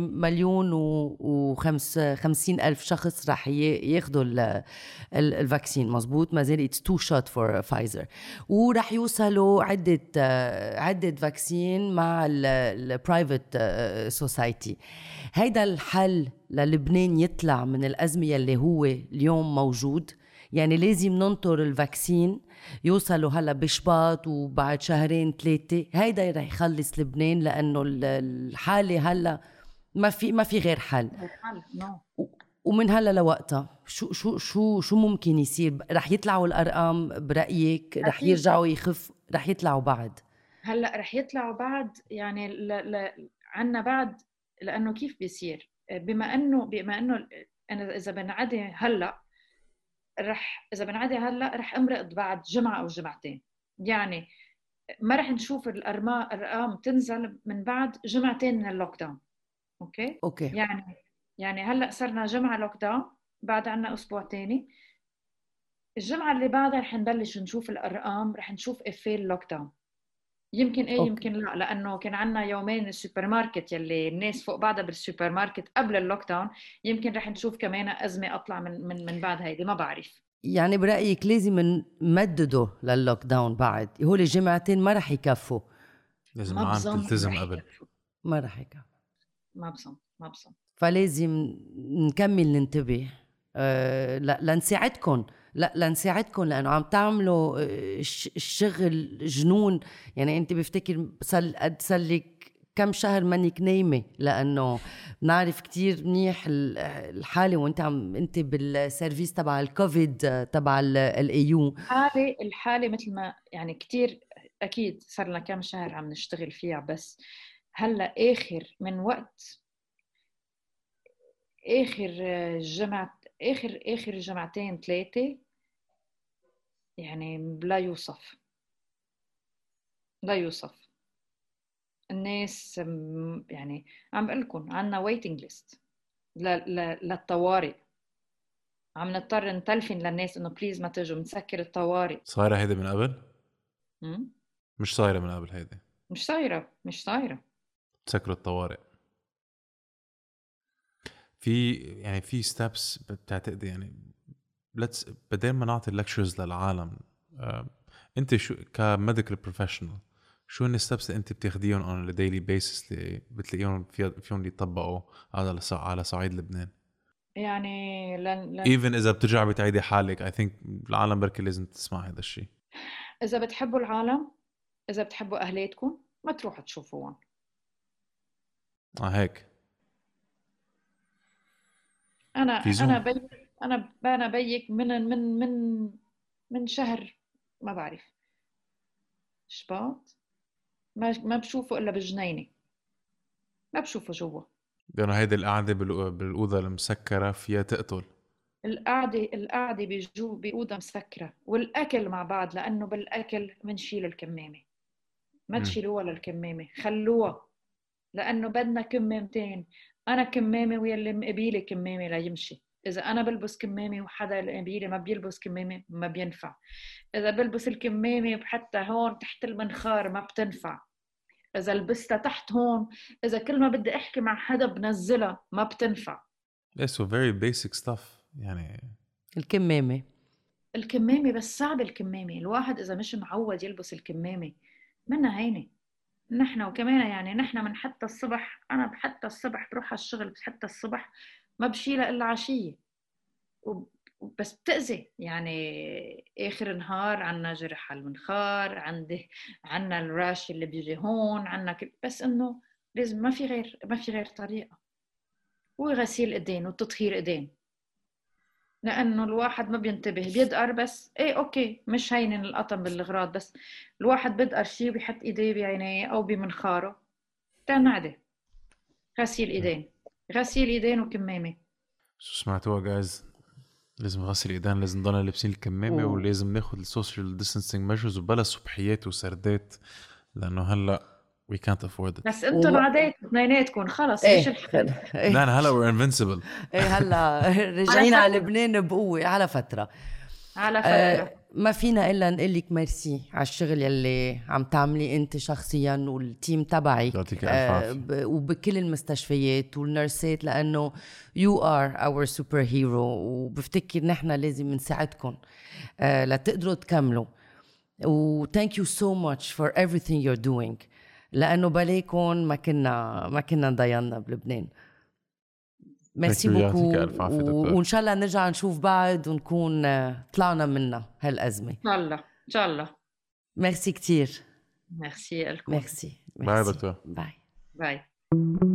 1,050,000 شخص راح ياخذوا الفاكسين. مزبوط، ما زال it's 2 shot for Pfizer، وراح يوصلوا عدة فاكسين مع البرايفت سوسايتي. هيدا الحل للبنان يطلع من الأزمة اللي هو اليوم موجود؟ يعني لازم ننطر الفاكسين يوصلوا هلا بشباط وبعد شهرين ثلاثة هيدا رح يخلص لبنان، لأنه الحالة هلا ما في غير حل. ومن هلا لوقتها شو ممكن يصير؟ رح يطلعوا الأرقام برأيك؟ رح يرجعوا يخف؟ رح يطلعوا بعد؟ هلا رح يطلعوا بعد يعني عنا بعد، لأنه كيف بيصير بما انه انا اذا بنعدي هلا رح امرق بعد جمعة او جمعتين، يعني ما رح نشوف الارقام تنزل من بعد جمعتين من اللوك داون. اوكي يعني هلا صرنا جمعة لوك داون، بعد عنا اسبوع تاني، الجمعة اللي بعدها رح نبلش نشوف الارقام، رح نشوف افيه اللوك داون. يمكن يمكن لا، لانه كان عندنا يومين السوبر ماركت يلي الناس فوق بعضها بالسوبر ماركت قبل اللوك داون، يمكن رح نشوف كمان ازمه اطلع من بعد هيدي، ما بعرف. يعني برايك لازم نمدده لللوك داون بعد؟ هو الجمعتين ما رح يكفوا، لازم عم تلتزم قبل، ما رح يكفوا، ما بصن. فلازم نكمل ننتبه لنساعدكم لأنه عم تعملوا الشغل جنون. يعني انت بفتكر صار لك كم شهر منك نايمة، لأنه نعرف كتير منيح الحالة، وانت انت بالسيرفيس تبع الكوفيد تبع الAU. الحالة مثل ما يعني كتير أكيد صار لنا كم شهر عم نشتغل فيها، بس هلا آخر من وقت آخر جمعتين 3 يعني لا يوصف الناس. يعني عم بقول لكم عندنا ويتنج ليست للطوارئ، عم نضطر نتلفن للناس انه بليز ما تجوا، نسكر الطوارئ. صايره هيدي من قبل؟ م? مش صايره من قبل هيدي؟ مش صايره. تسكروا الطوارئ. في ستابس بتعتقدي يعني بدل ما نعطي اللكتشرز للعالم، انت شو كميديكال بروفيشنال شو الستابس اللي انت بتاخديهم on a daily basis اللي بتلاقيهم فيهم يطبقوا على صعيد لبنان؟ يعني even اذا بترجع بتعيدي حالك I think العالم بركي لازم تسمع هذا الشيء. اذا بتحبوا العالم، اذا بتحبوا اهليتكم، ما تروحوا تشوفوهم. هيك انا في انا زوم. بي انا بيك من شهر، ما بعرف شباط، ما بشوفه الا بالجنينه، ما بشوفه جوا. لانه هيدي القعده بالاوضه المسكره فيها تقتل. القعده بأوضة مسكره، والاكل مع بعض، لانه بالاكل بنشيل الكمامه. ما تشيلوها للكمامه، خلوها، لانه بدنا كمامتين. انا كمامه واللي مقبيله كمامه ليمشي. اذا انا بلبس كمامه وحدا اللي قبيله ما بيلبس كمامه، ما بينفع. اذا بلبس الكمامه حتى هون تحت المنخار ما بتنفع. اذا لبستها تحت هون، اذا كل ما بدي احكي مع حدا بنزلها، ما بتنفع. so very basic stuff يعني. الكمامة بس صعب الكمامه، الواحد اذا مش معود يلبس الكمامه منها هينه. نحن وكمان يعني نحن من حتى الصبح، انا حتى الصبح بروح على الشغل، بس حتى الصبح ما بشيلها الا عشيه. بس بتأذي يعني. آخر النهار عنا جرح على المنخار، عنا الراش اللي بيجي هون، بس إنه لازم، ما في غير طريقة. وغسيل إيدين وتطهير إيدين، لأنه الواحد ما بينتبه، بيدقر بس. إيه أوكي، مش هين القطن بالغراض، بس الواحد بيدقر شيء بيحط إيديه بعينيه أو بمنخاره، تنعدي. غسيل إيدين وكمامة. شو سمعتوها جايز؟ لازم نغسل ايدينا، لازم نضلنا لابسين الكمامه، ولازم ناخد السوشيال ديستانسينج ميجرز وبلا صبحيات وسردات، لانه هلا we can't afford it. بس انتم عاديتكم اثنيناتكم خلص، ايش ايه الحل؟ لا هلا we're invincible. ايه هلا رجعين على لبنان بقوة على فترة. ما فينا الا نقول لك ميرسي على الشغل يلي عم تعملي انت شخصيا والتيم تبعك، يعطيك الف عافيه، وبكل المستشفيات والنرسات، لانه you are our superhero. وبفتكر نحن لازم نساعدكم لتقدروا تكملوا. و thank you so much for everything you're doing، لانه بلاكم ما كنا ضيعنا بلبنان. ميرسي بوكو، وان شاء الله نرجع نشوف بعض ونكون طلعنا منها هالأزمة ان شاء الله. ميرسي كتير. ميرسي لكم. ميرسي. باي دكتور. باي. باي.